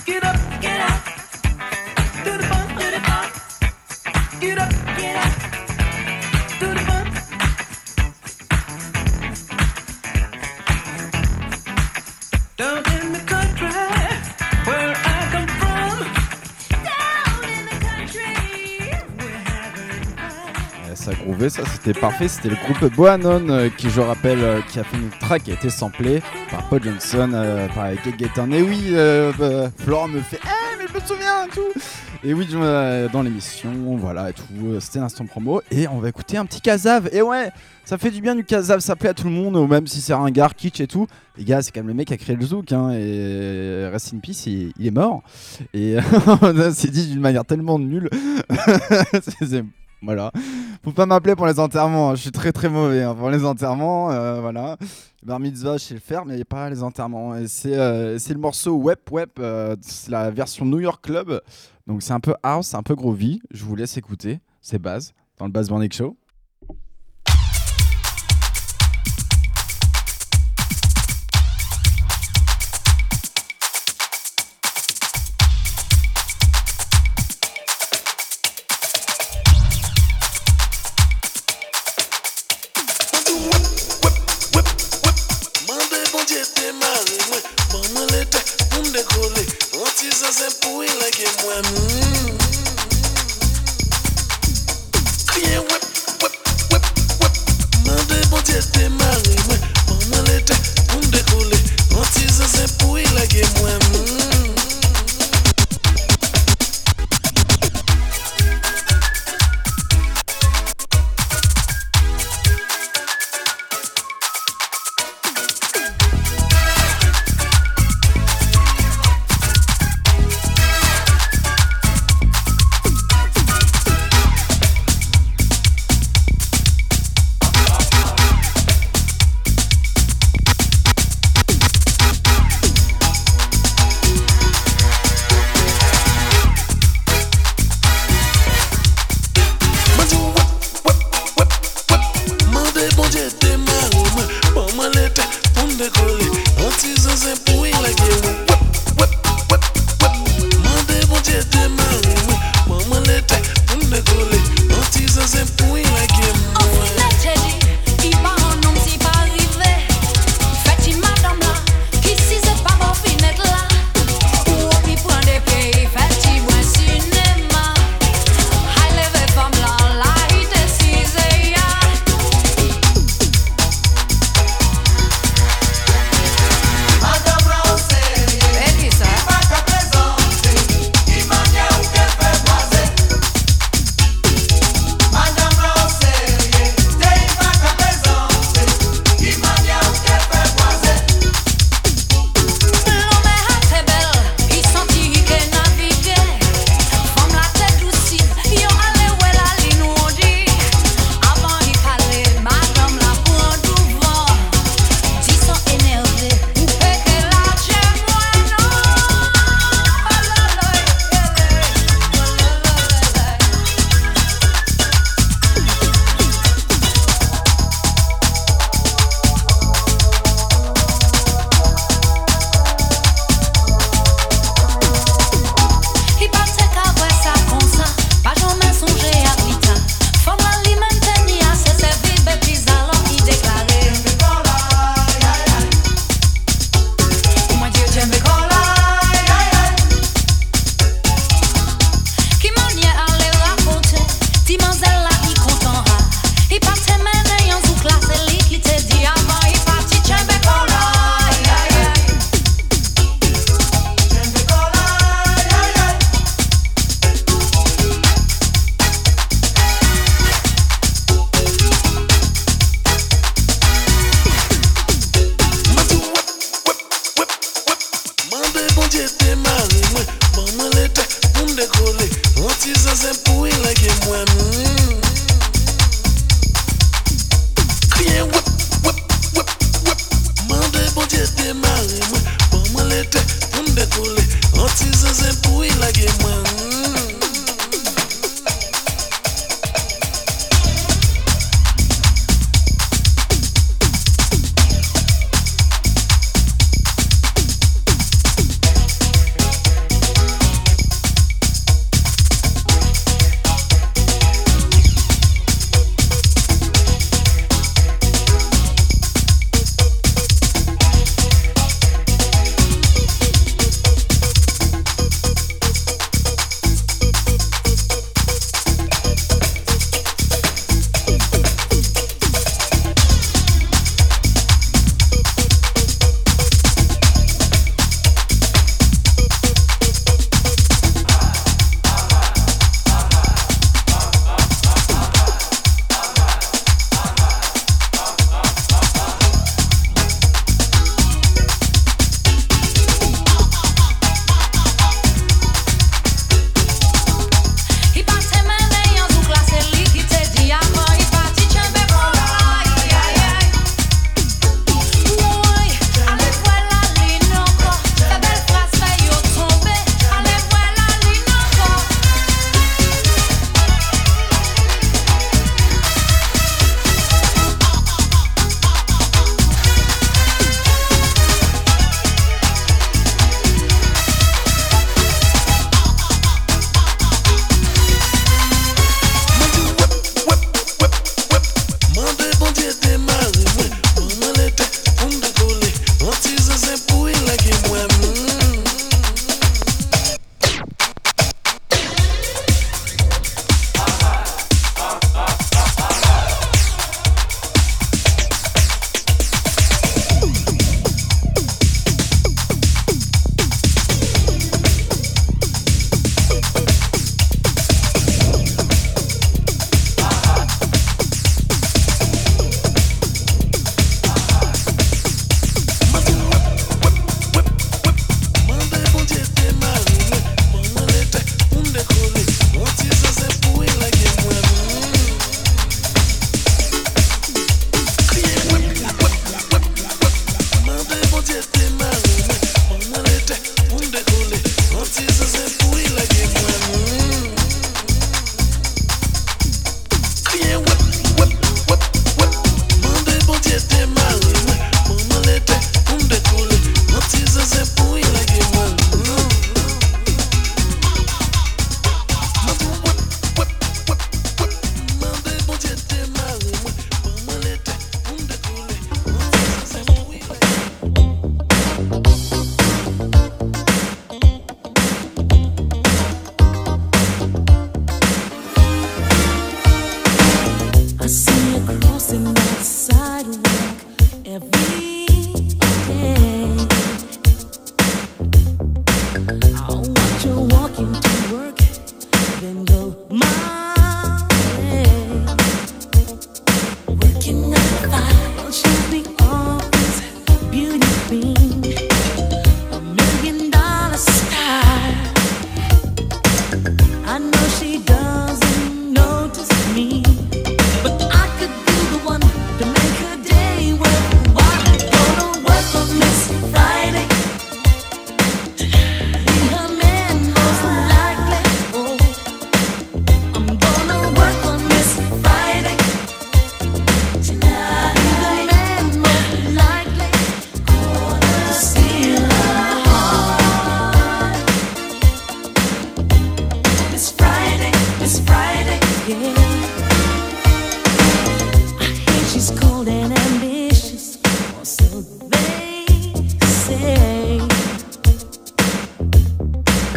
Get up, get out. To the bump, to the bump. Get up, get out. To the bump. Down in the country, where I come from. Down in the country, we're having fun. Ça groovait, ça c'était parfait. C'était le groupe Bohannon qui, je rappelle, qui a fait une track qui a été samplée par Paul Johnson, par Get Get On. Et oui, Florent me fait mais je me souviens tout. Et oui, dans l'émission, voilà et tout. C'était l'instant promo. Et on va écouter un petit Cazav. Et ouais, ça fait du bien du Cazav, ça plaît à tout le monde, ou même si c'est ringard, kitsch et tout. Les gars, c'est quand même le mec qui a créé le zouk, hein, et rest in peace, il est mort. Et c'est dit d'une manière tellement nulle. Voilà. Faut pas m'appeler pour les enterrements, hein. Je suis très très mauvais pour les enterrements. Voilà. Bar mitzvah, je sais le faire, mais pas les enterrements. Et c'est le morceau Wep Wep, c'est la version New York Club. Donc c'est un peu house, c'est un peu groovy. Je vous laisse écouter. C'est Baz dans le Baz Morning Show.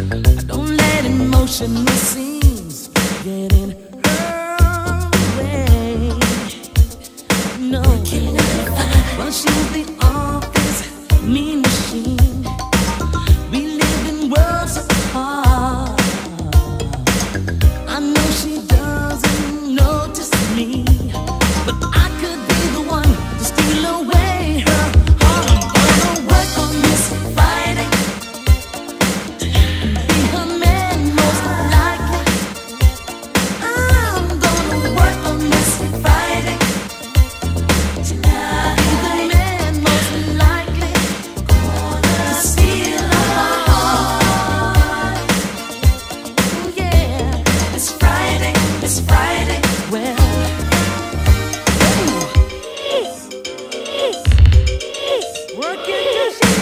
Don't let emotional scenes get in her way. No, well, she's the office mean machine. We live in worlds apart. I know she doesn't notice me, but I could be the one to steal away her heart. I'm gonna work on this Friday. Be her man most likely. I'm gonna work on this Friday. Tonight, be the man most likely to steal her heart. Oh yeah, it's Friday, it's Friday. Well, work it till she's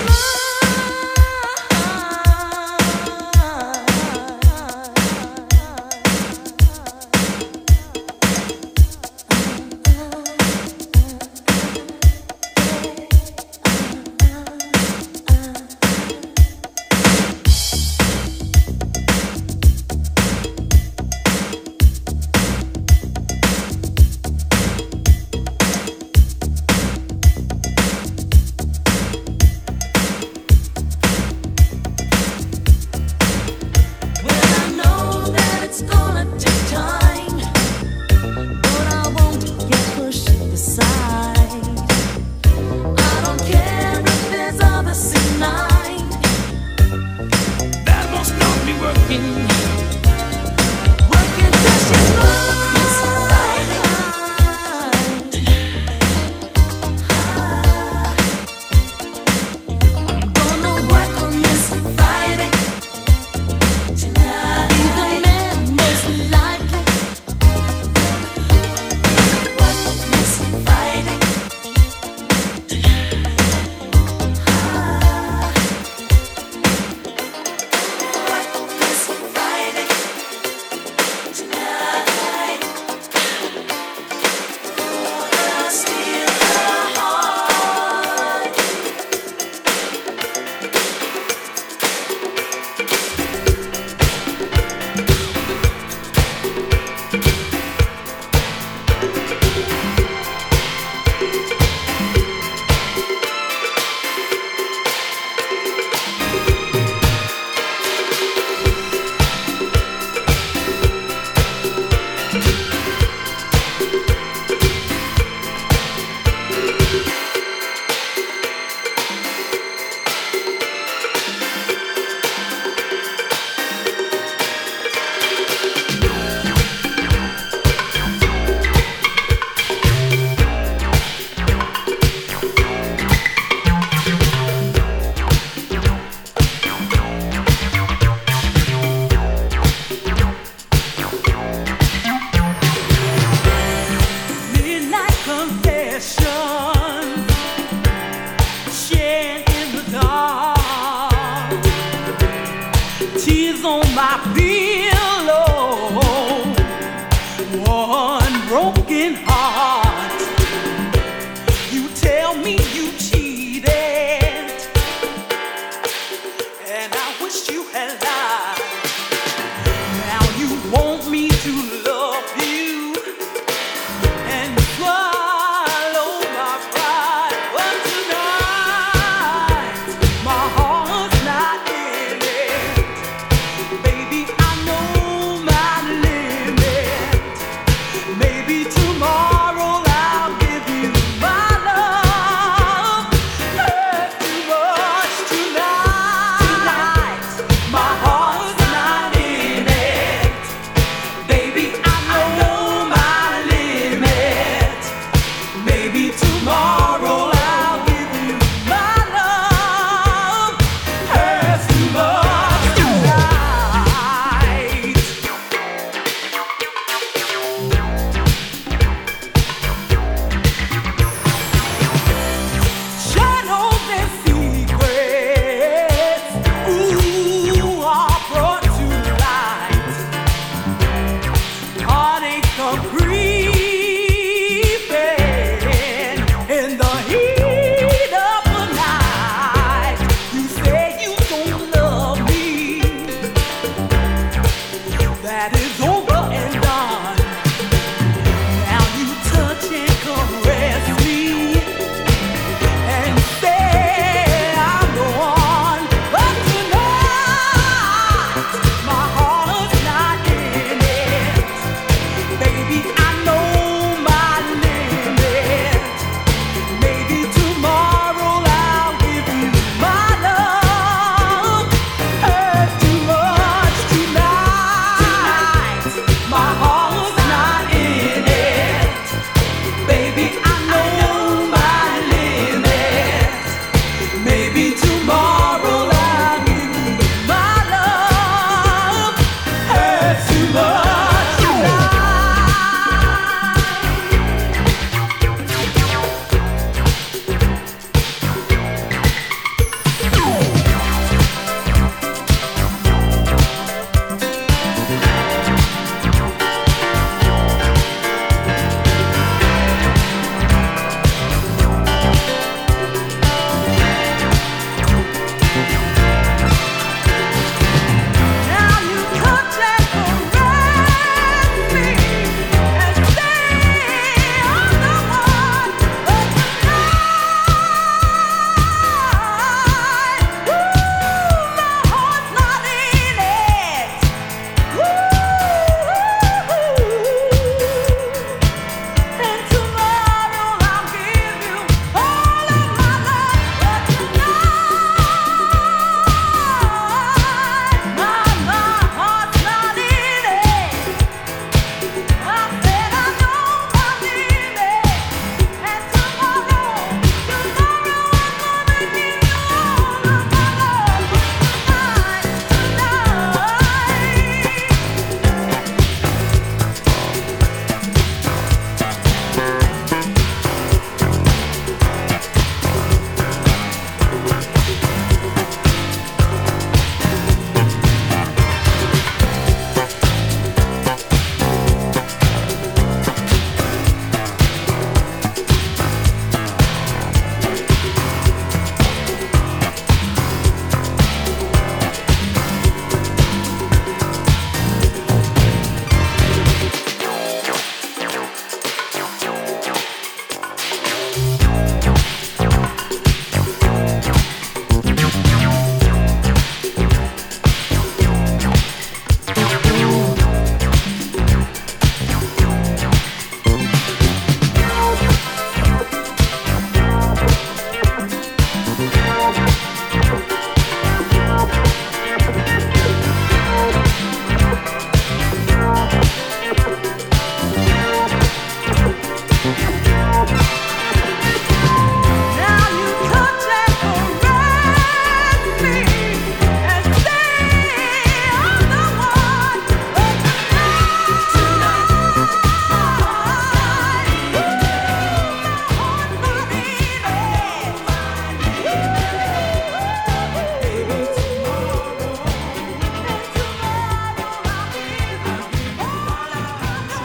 my heart.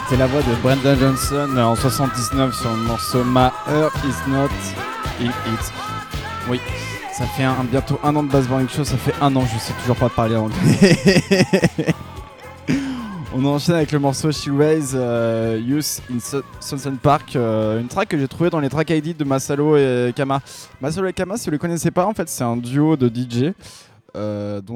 C'était la voix de Brendan Johnson en 79 sur le morceau My Heart Is Not In It. Oui, ça fait bientôt un an de Bass Morning Show, ça fait un an, je sais toujours pas parler anglais. On enchaîne avec le morceau She Raise Youth in Sunset Park, une track que j'ai trouvée dans les tracks ID de Masalo et Kama. Masalo et Kama, si vous les connaissez pas, en fait, c'est un duo de DJ dont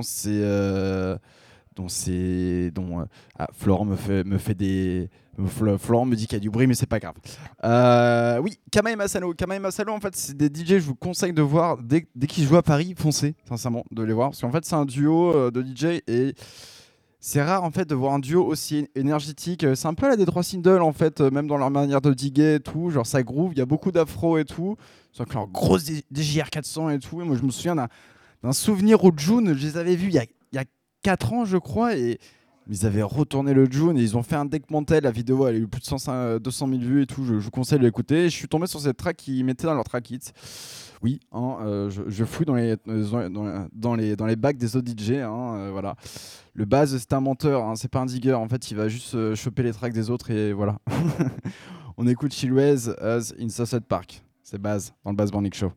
Florent Florent me dit qu'il y a du bruit, mais c'est pas grave. Oui, Kama et Masalo, en fait, c'est des DJ. Je vous conseille de voir dès qu'ils jouent à Paris, foncez, sincèrement, de les voir, parce qu'en fait, c'est un duo de DJ et c'est rare en fait de voir un duo aussi énergétique. C'est un peu la Détroit Sindel en fait, même dans leur manière de diguer et tout. Genre ça groove, il y a beaucoup d'afro et tout. Sans que leur grosse DJR 400 et tout. Et moi je me souviens d'un souvenir au June. Je les avais vus il y a 4 ans je crois. Et ils avaient retourné le June et ils ont fait un deck mantel. La vidéo elle a eu plus de 200 000 vues et tout. Je vous conseille de l'écouter. Et je suis tombé sur cette track qu'ils mettaient dans leur track hit. Oui, je fouille dans les bacs des autres DJ. Voilà. Le Baz, c'est un menteur, c'est pas un digger. En fait, il va juste choper les tracks des autres et voilà. On écoute She Raise Us in Sunset Park. C'est Baz dans le Bass Morning Show.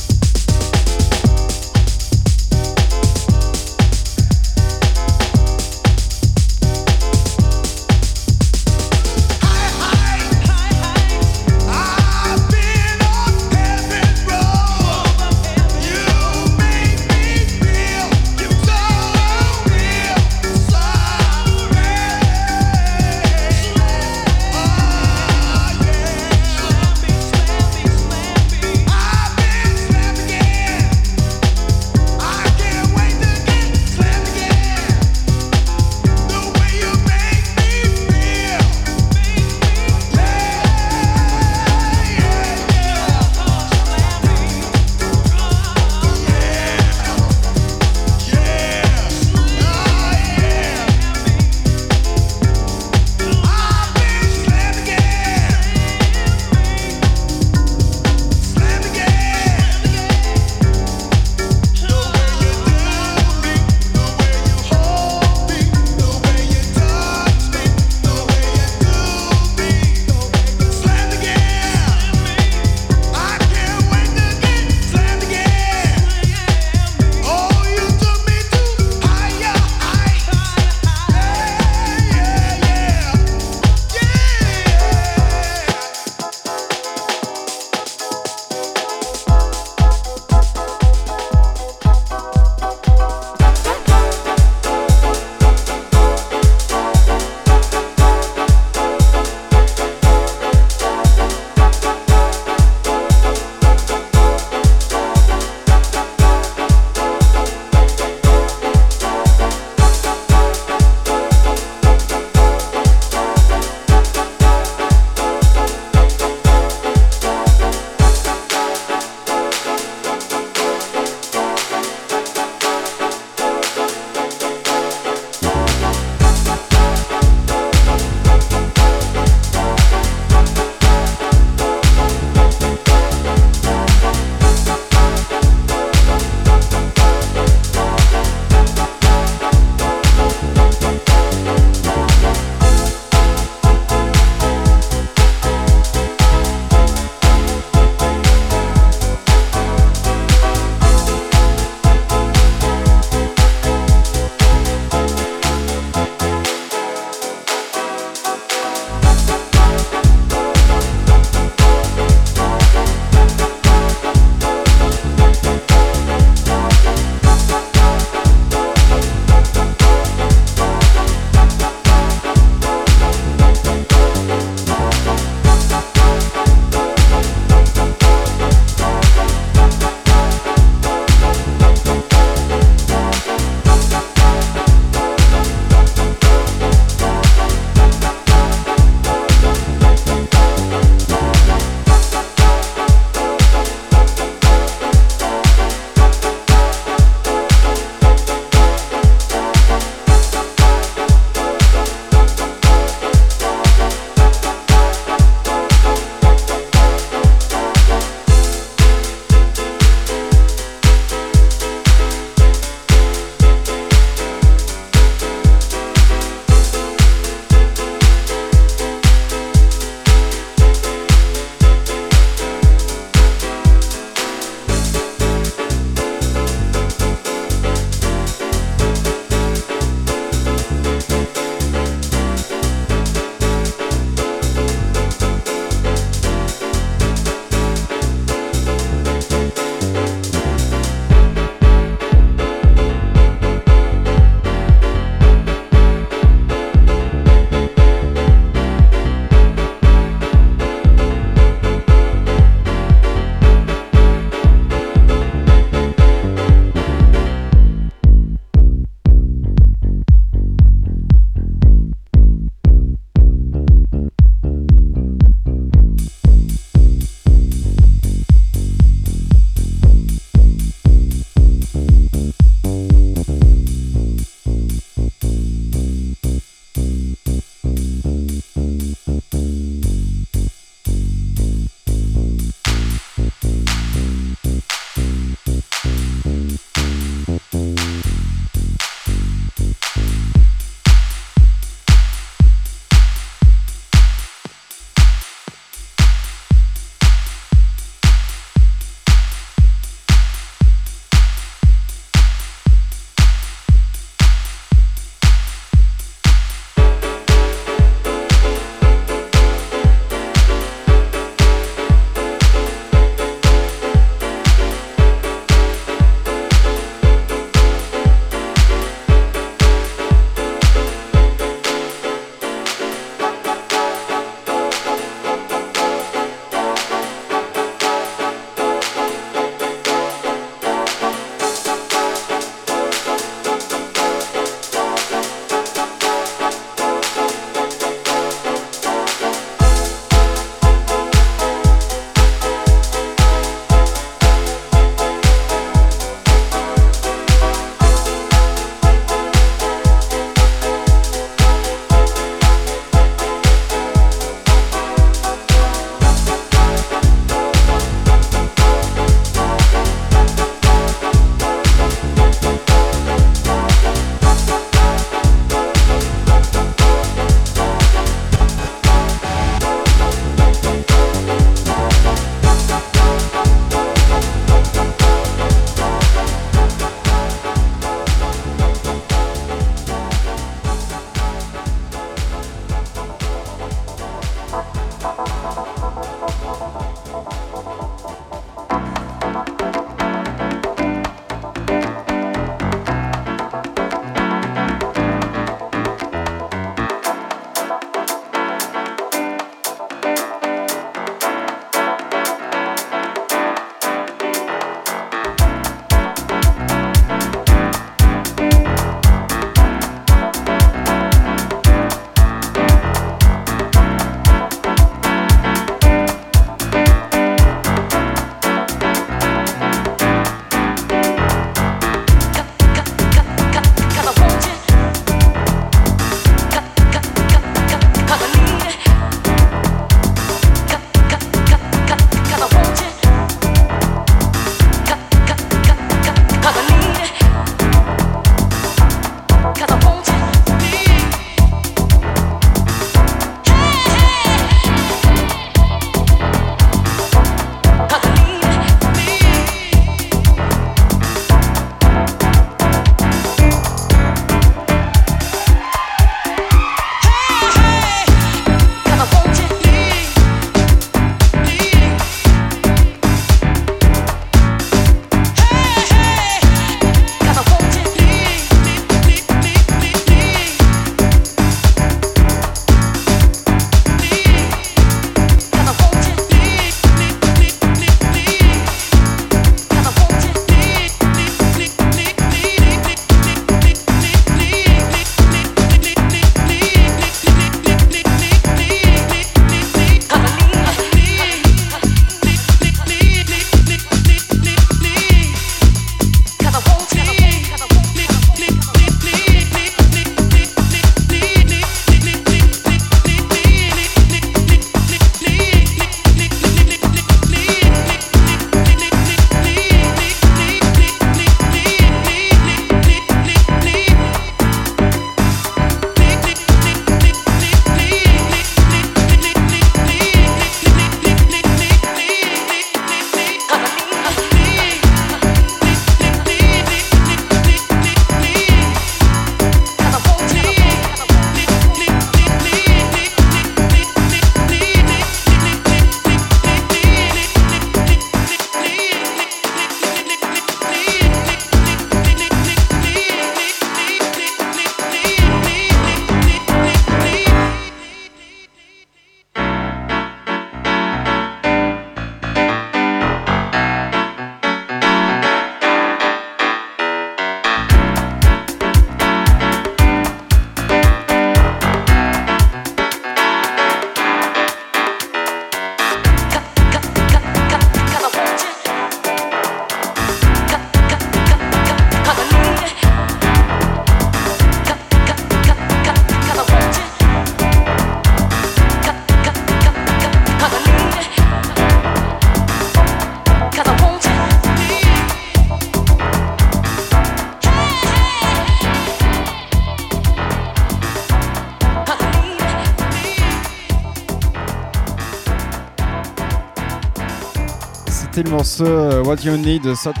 c'était le morceau What You Need de Soft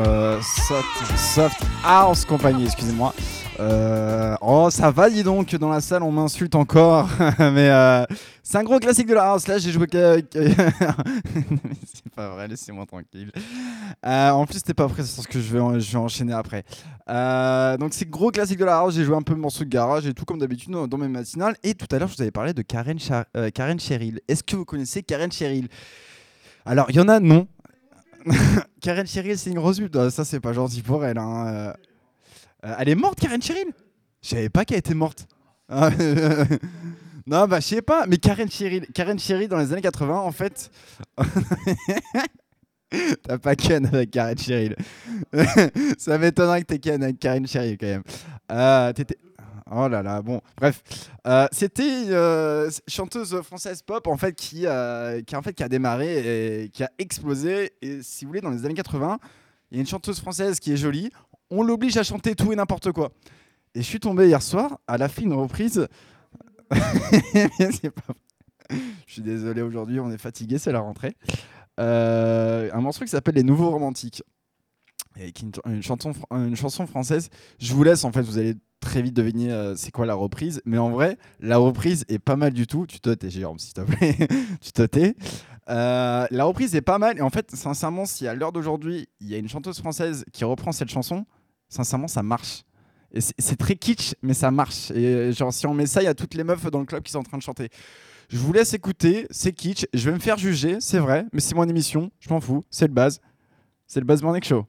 House Company, excusez-moi. Oh, ça va, dis donc, dans la salle on m'insulte encore. Mais c'est un gros classique de la house. Là, j'ai joué c'est pas vrai, laissez-moi tranquille. En plus, t'es pas prêt sur ce que je vais enchaîner après. Donc, c'est gros classique de la house. J'ai joué un peu de morceaux de garage et tout, comme d'habitude, dans mes matinales. Et tout à l'heure, je vous avais parlé de Karen Cheryl. Est-ce que vous connaissez Karen Cheryl? Alors, il y en a, non. Karen Cheryl, c'est une grosse pub. Ça, c'est pas gentil pour elle. Hein. Elle est morte, Karen Cheryl? Je savais pas qu'elle était morte. Non, bah, je sais pas. Mais Karen Cheryl, dans les années 80, en fait. T'as pas Ken avec Karen Cheryl. Ça m'étonnerait que t'aies Ken avec Karen Cheryl, quand même. Oh là là, bon, bref. C'était une chanteuse française pop, en fait, qui a démarré et qui a explosé. Et si vous voulez, dans les années 80, il y a une chanteuse française qui est jolie. On l'oblige à chanter tout et n'importe quoi. Et je suis tombé hier soir, elle a fait une reprise. C'est pas... Je suis désolé, aujourd'hui, on est fatigué, c'est la rentrée. Un morceau qui s'appelle Les Nouveaux Romantiques. Et qui est une chanson française. Je vous laisse, en fait, vous allez très vite deviner c'est quoi la reprise. Mais en vrai, la reprise est pas mal du tout. Tu te tais, Jérôme, s'il te plaît. Tu te tais. La reprise est pas mal. Et en fait, sincèrement, si à l'heure d'aujourd'hui, il y a une chanteuse française qui reprend cette chanson, sincèrement, ça marche. Et c'est très kitsch, mais ça marche. Et genre, si on met ça, il y a toutes les meufs dans le club qui sont en train de chanter. Je vous laisse écouter, c'est kitsch. Je vais me faire juger, c'est vrai, mais c'est mon émission, je m'en fous, c'est le buzz. C'est le Buzz Morning Show.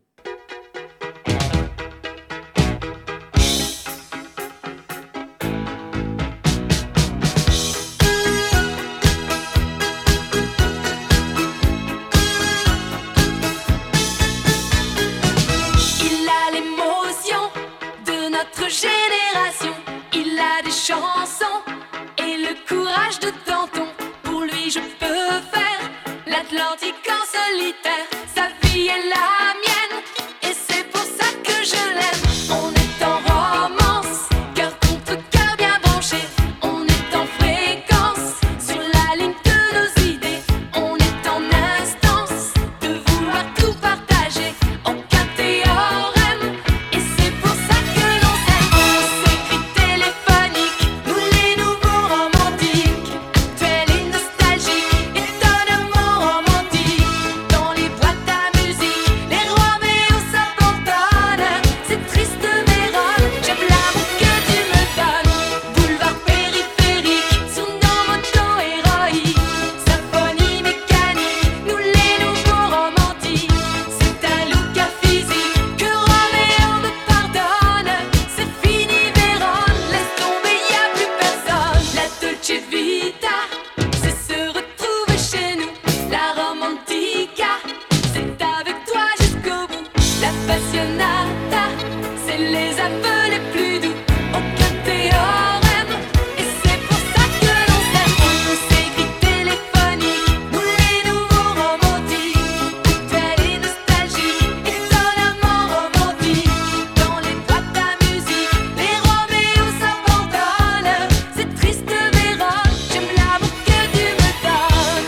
Il a l'émotion de notre génération. Il a des chansons et le courage de Danton. Pour lui, je peux faire l'Atlantique en solitaire. Sa vie est la mienne et c'est pour ça que je l'aime. On est en romance, cœur contre cœur bien branché. On est en fréquence sur la ligne de nos idées. On est en instance de vouloir tout partager. Aucun théorème et c'est pour ça que l'on s'aime. On s'écrit téléphonique, nous les nouveaux romantiques. Actuels et nostalgiques, étonnamment romantiques. Dans les boîtes à musique, les Roméos s'abandonnent. C'est triste Vérone, j'aime l'amour que tu me donnes. Boulevard périphérique, sur nos motos héroïques. Symphonie mécanique, nous les nouveaux romantiques. C'est un look à physique que Roméo me pardonne. C'est fini Vérone, laisse tomber, y a plus personne. La Dolce Vita, c'est se retrouver chez nous. La Romantica, c'est avec toi jusqu'au bout. La Passionata, c'est les aveux les plus doux. Aucun théorème, et c'est pour ça que l'on s'aime. On s'écrit téléphonique, nous les nouveaux romantiques. Actuels et nostalgiques, étonnamment romantiques. Dans les boîtes à musique, les Roméos s'abandonnent. C'est triste Vérone, j'aime l'amour que tu me donnes.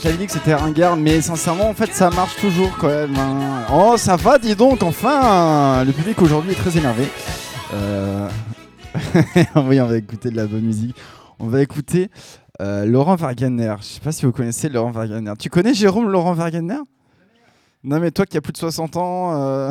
t'avais dit que c'était ringard, mais sincèrement, en fait, ça marche toujours quand même. Hein. Oh, ça va, dis donc, enfin, le public aujourd'hui est très énervé. Oui, on va écouter de la bonne musique. On va écouter Laurent Wagener. Je sais pas si vous connaissez Laurent Wagener. Tu connais Jérôme Laurent Wagener ? Non, mais toi qui as plus de 60 ans,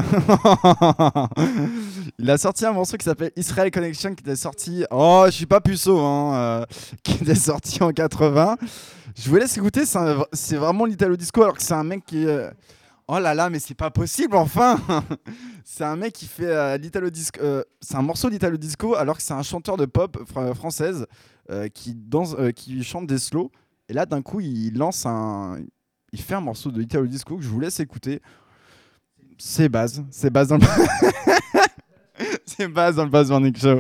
il a sorti un morceau qui s'appelle Israel Connection qui était sorti. Oh, je suis pas puceau, hein, qui était sorti en 80. Je vous laisse écouter, c'est vraiment l'Italo Disco alors que c'est un mec qui. Oh là là, mais c'est pas possible, enfin. C'est un mec qui fait l'Italo Disco. C'est un morceau d'Italo Disco alors que c'est un chanteur de pop française qui chante des slows. Et là, d'un coup, il fait un morceau de Italo Disco que je vous laisse écouter. C'est base dans le c'est base dans le Buzz Morning Show.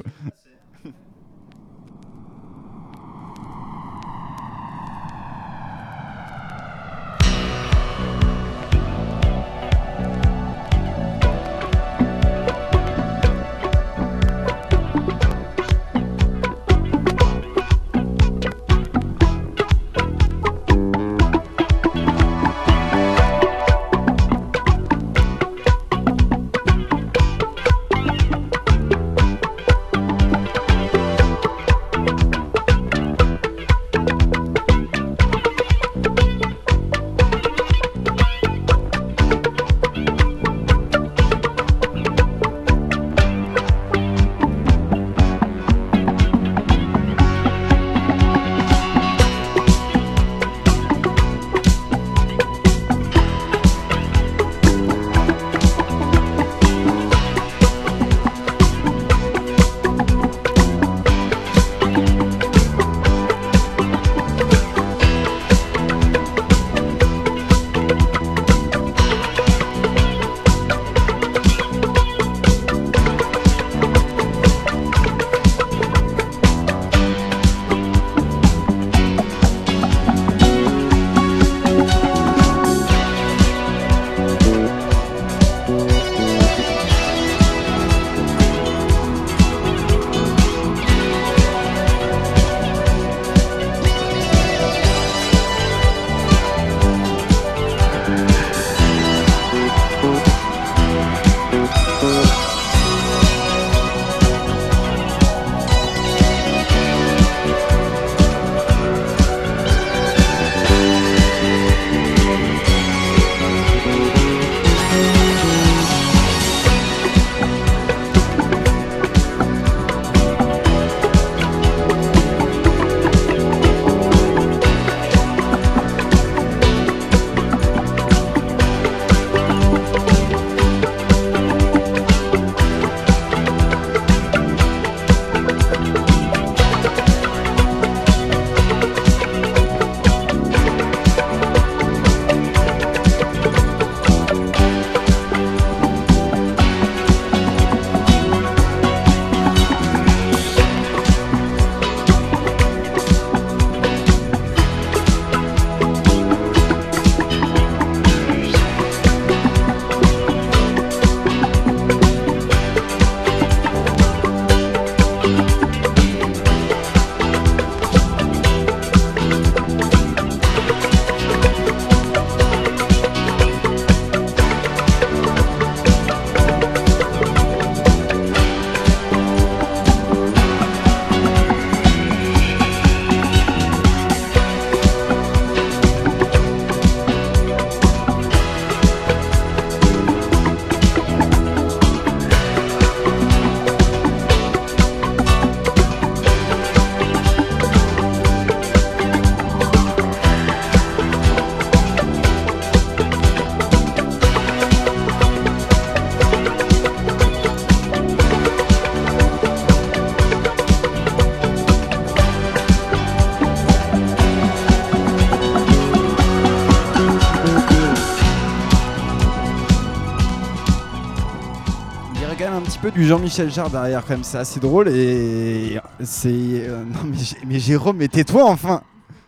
Du Jean-Michel Jarre derrière quand même, c'est assez drôle et c'est non mais Jérôme, mais tais-toi enfin.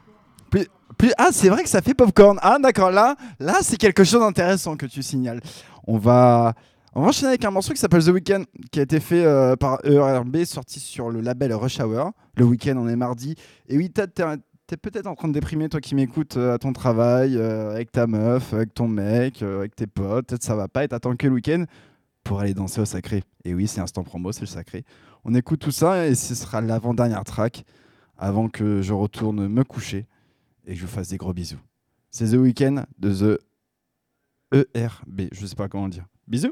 Ah, c'est vrai que ça fait popcorn. Ah d'accord, là c'est quelque chose d'intéressant que tu signales. On va enchaîner avec un morceau qui s'appelle The Weeknd, qui a été fait par ERB, sorti sur le label Rush Hour. Le Weeknd, on est mardi. Et oui, T'es peut-être en train de déprimer, toi qui m'écoutes à ton travail, avec ta meuf, avec ton mec, avec tes potes. Peut-être ça va pas et t'attends que le week-end pour aller danser au sacré. Et oui, c'est Instant Promo, c'est le sacré. On écoute tout ça et ce sera l'avant-dernière track avant que je retourne me coucher et que je vous fasse des gros bisous. C'est The Weeknd de The ERB. Je sais pas comment le dire. Bisous.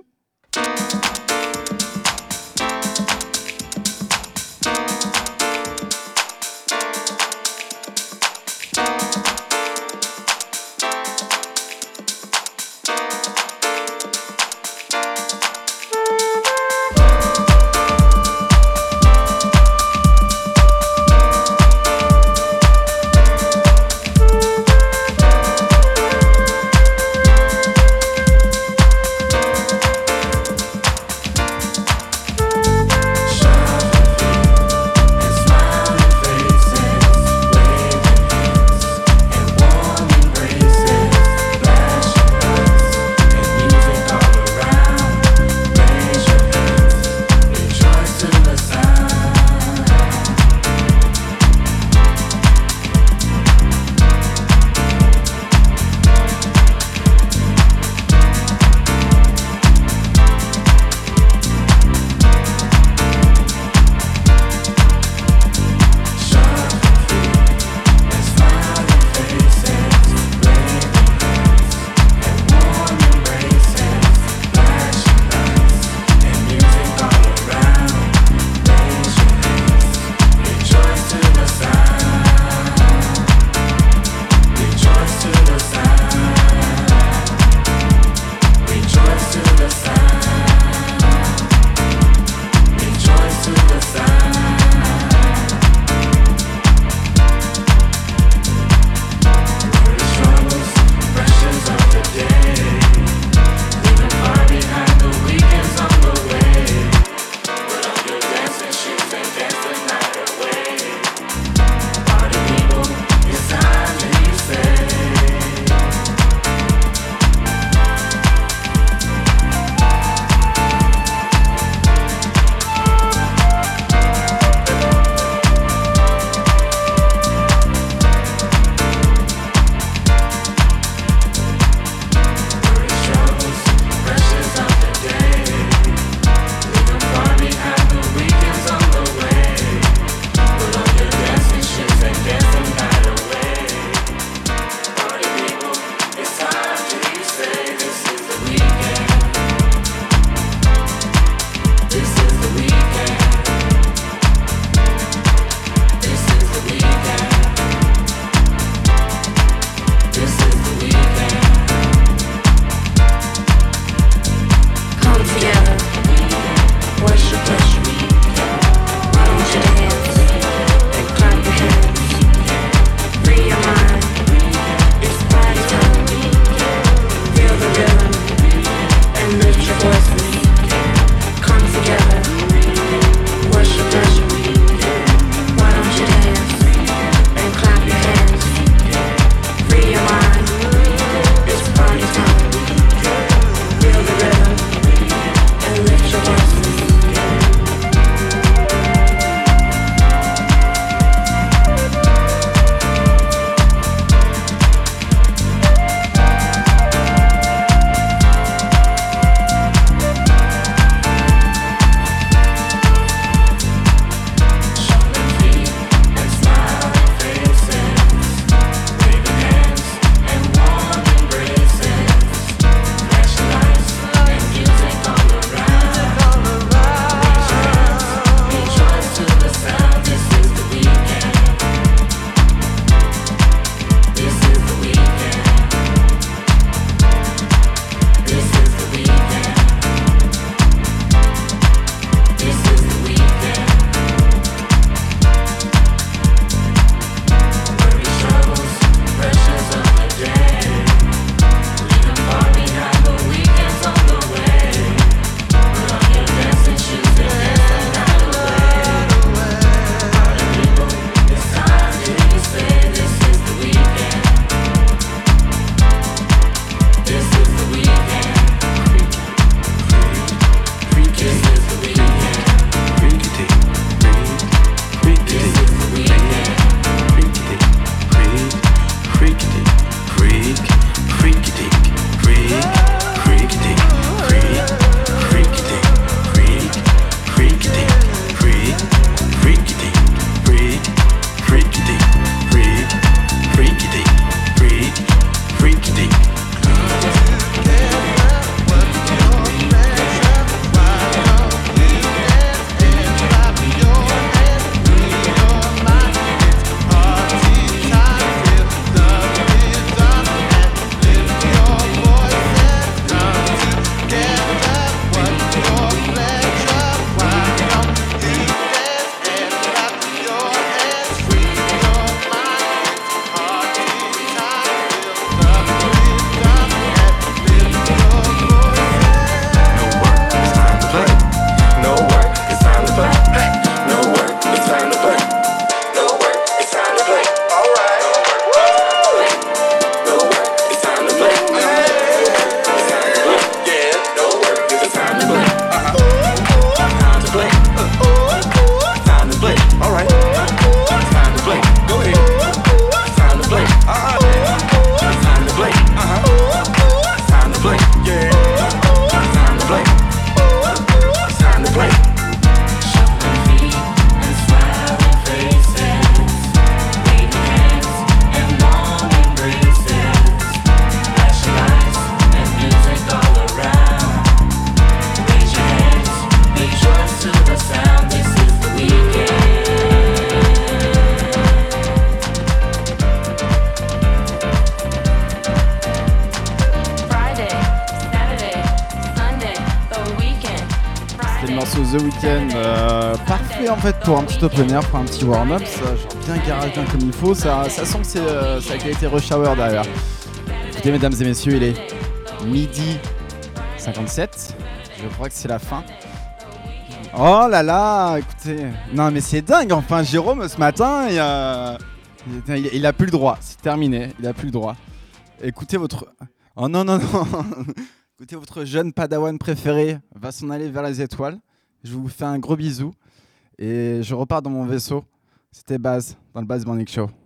week-end. Parfait en fait pour un petit open air, pour un petit warm-up. Ça, genre bien garage, bien comme il faut. Ça sent que c'est la qualité rush hour derrière. Écoutez, mesdames et messieurs, il est midi 57. Je crois que c'est la fin. Oh là là, écoutez. Non mais c'est dingue, enfin Jérôme ce matin, il a plus le droit. C'est terminé, il a plus le droit. Écoutez votre... Oh non, non, non. Écoutez, votre jeune padawan préféré va s'en aller vers les étoiles. Je vous fais un gros bisou. Et je repars dans mon vaisseau. C'était Baz, dans le Baz Morning Show.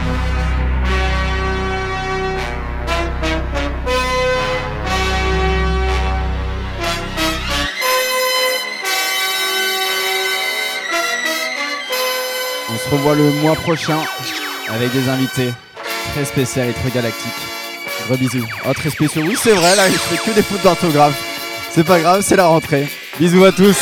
On se revoit le mois prochain avec des invités très spéciaux et très galactiques. Gros bisous. Oh, très spéciaux. Oui, c'est vrai, là, je fais que des fautes d'orthographe. C'est pas grave, c'est la rentrée. Bisous à tous.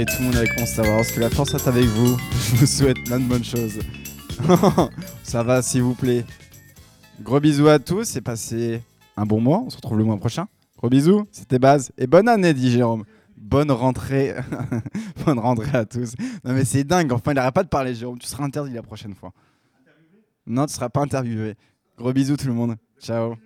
et tout le monde avec Monster Wars. Que la force soit avec vous. Je vous souhaite plein de bonnes choses. Ça va, s'il vous plaît. Gros bisous à tous et passez un bon mois. On se retrouve le mois prochain. Gros bisous, c'était Baz. Et bonne année, dit Jérôme. Bonne rentrée. Bonne rentrée à tous. Non mais c'est dingue, enfin il n'arrête pas de parler, Jérôme. Tu seras interdit la prochaine fois. Non, tu ne seras pas interviewé. Gros bisous tout le monde. Ciao.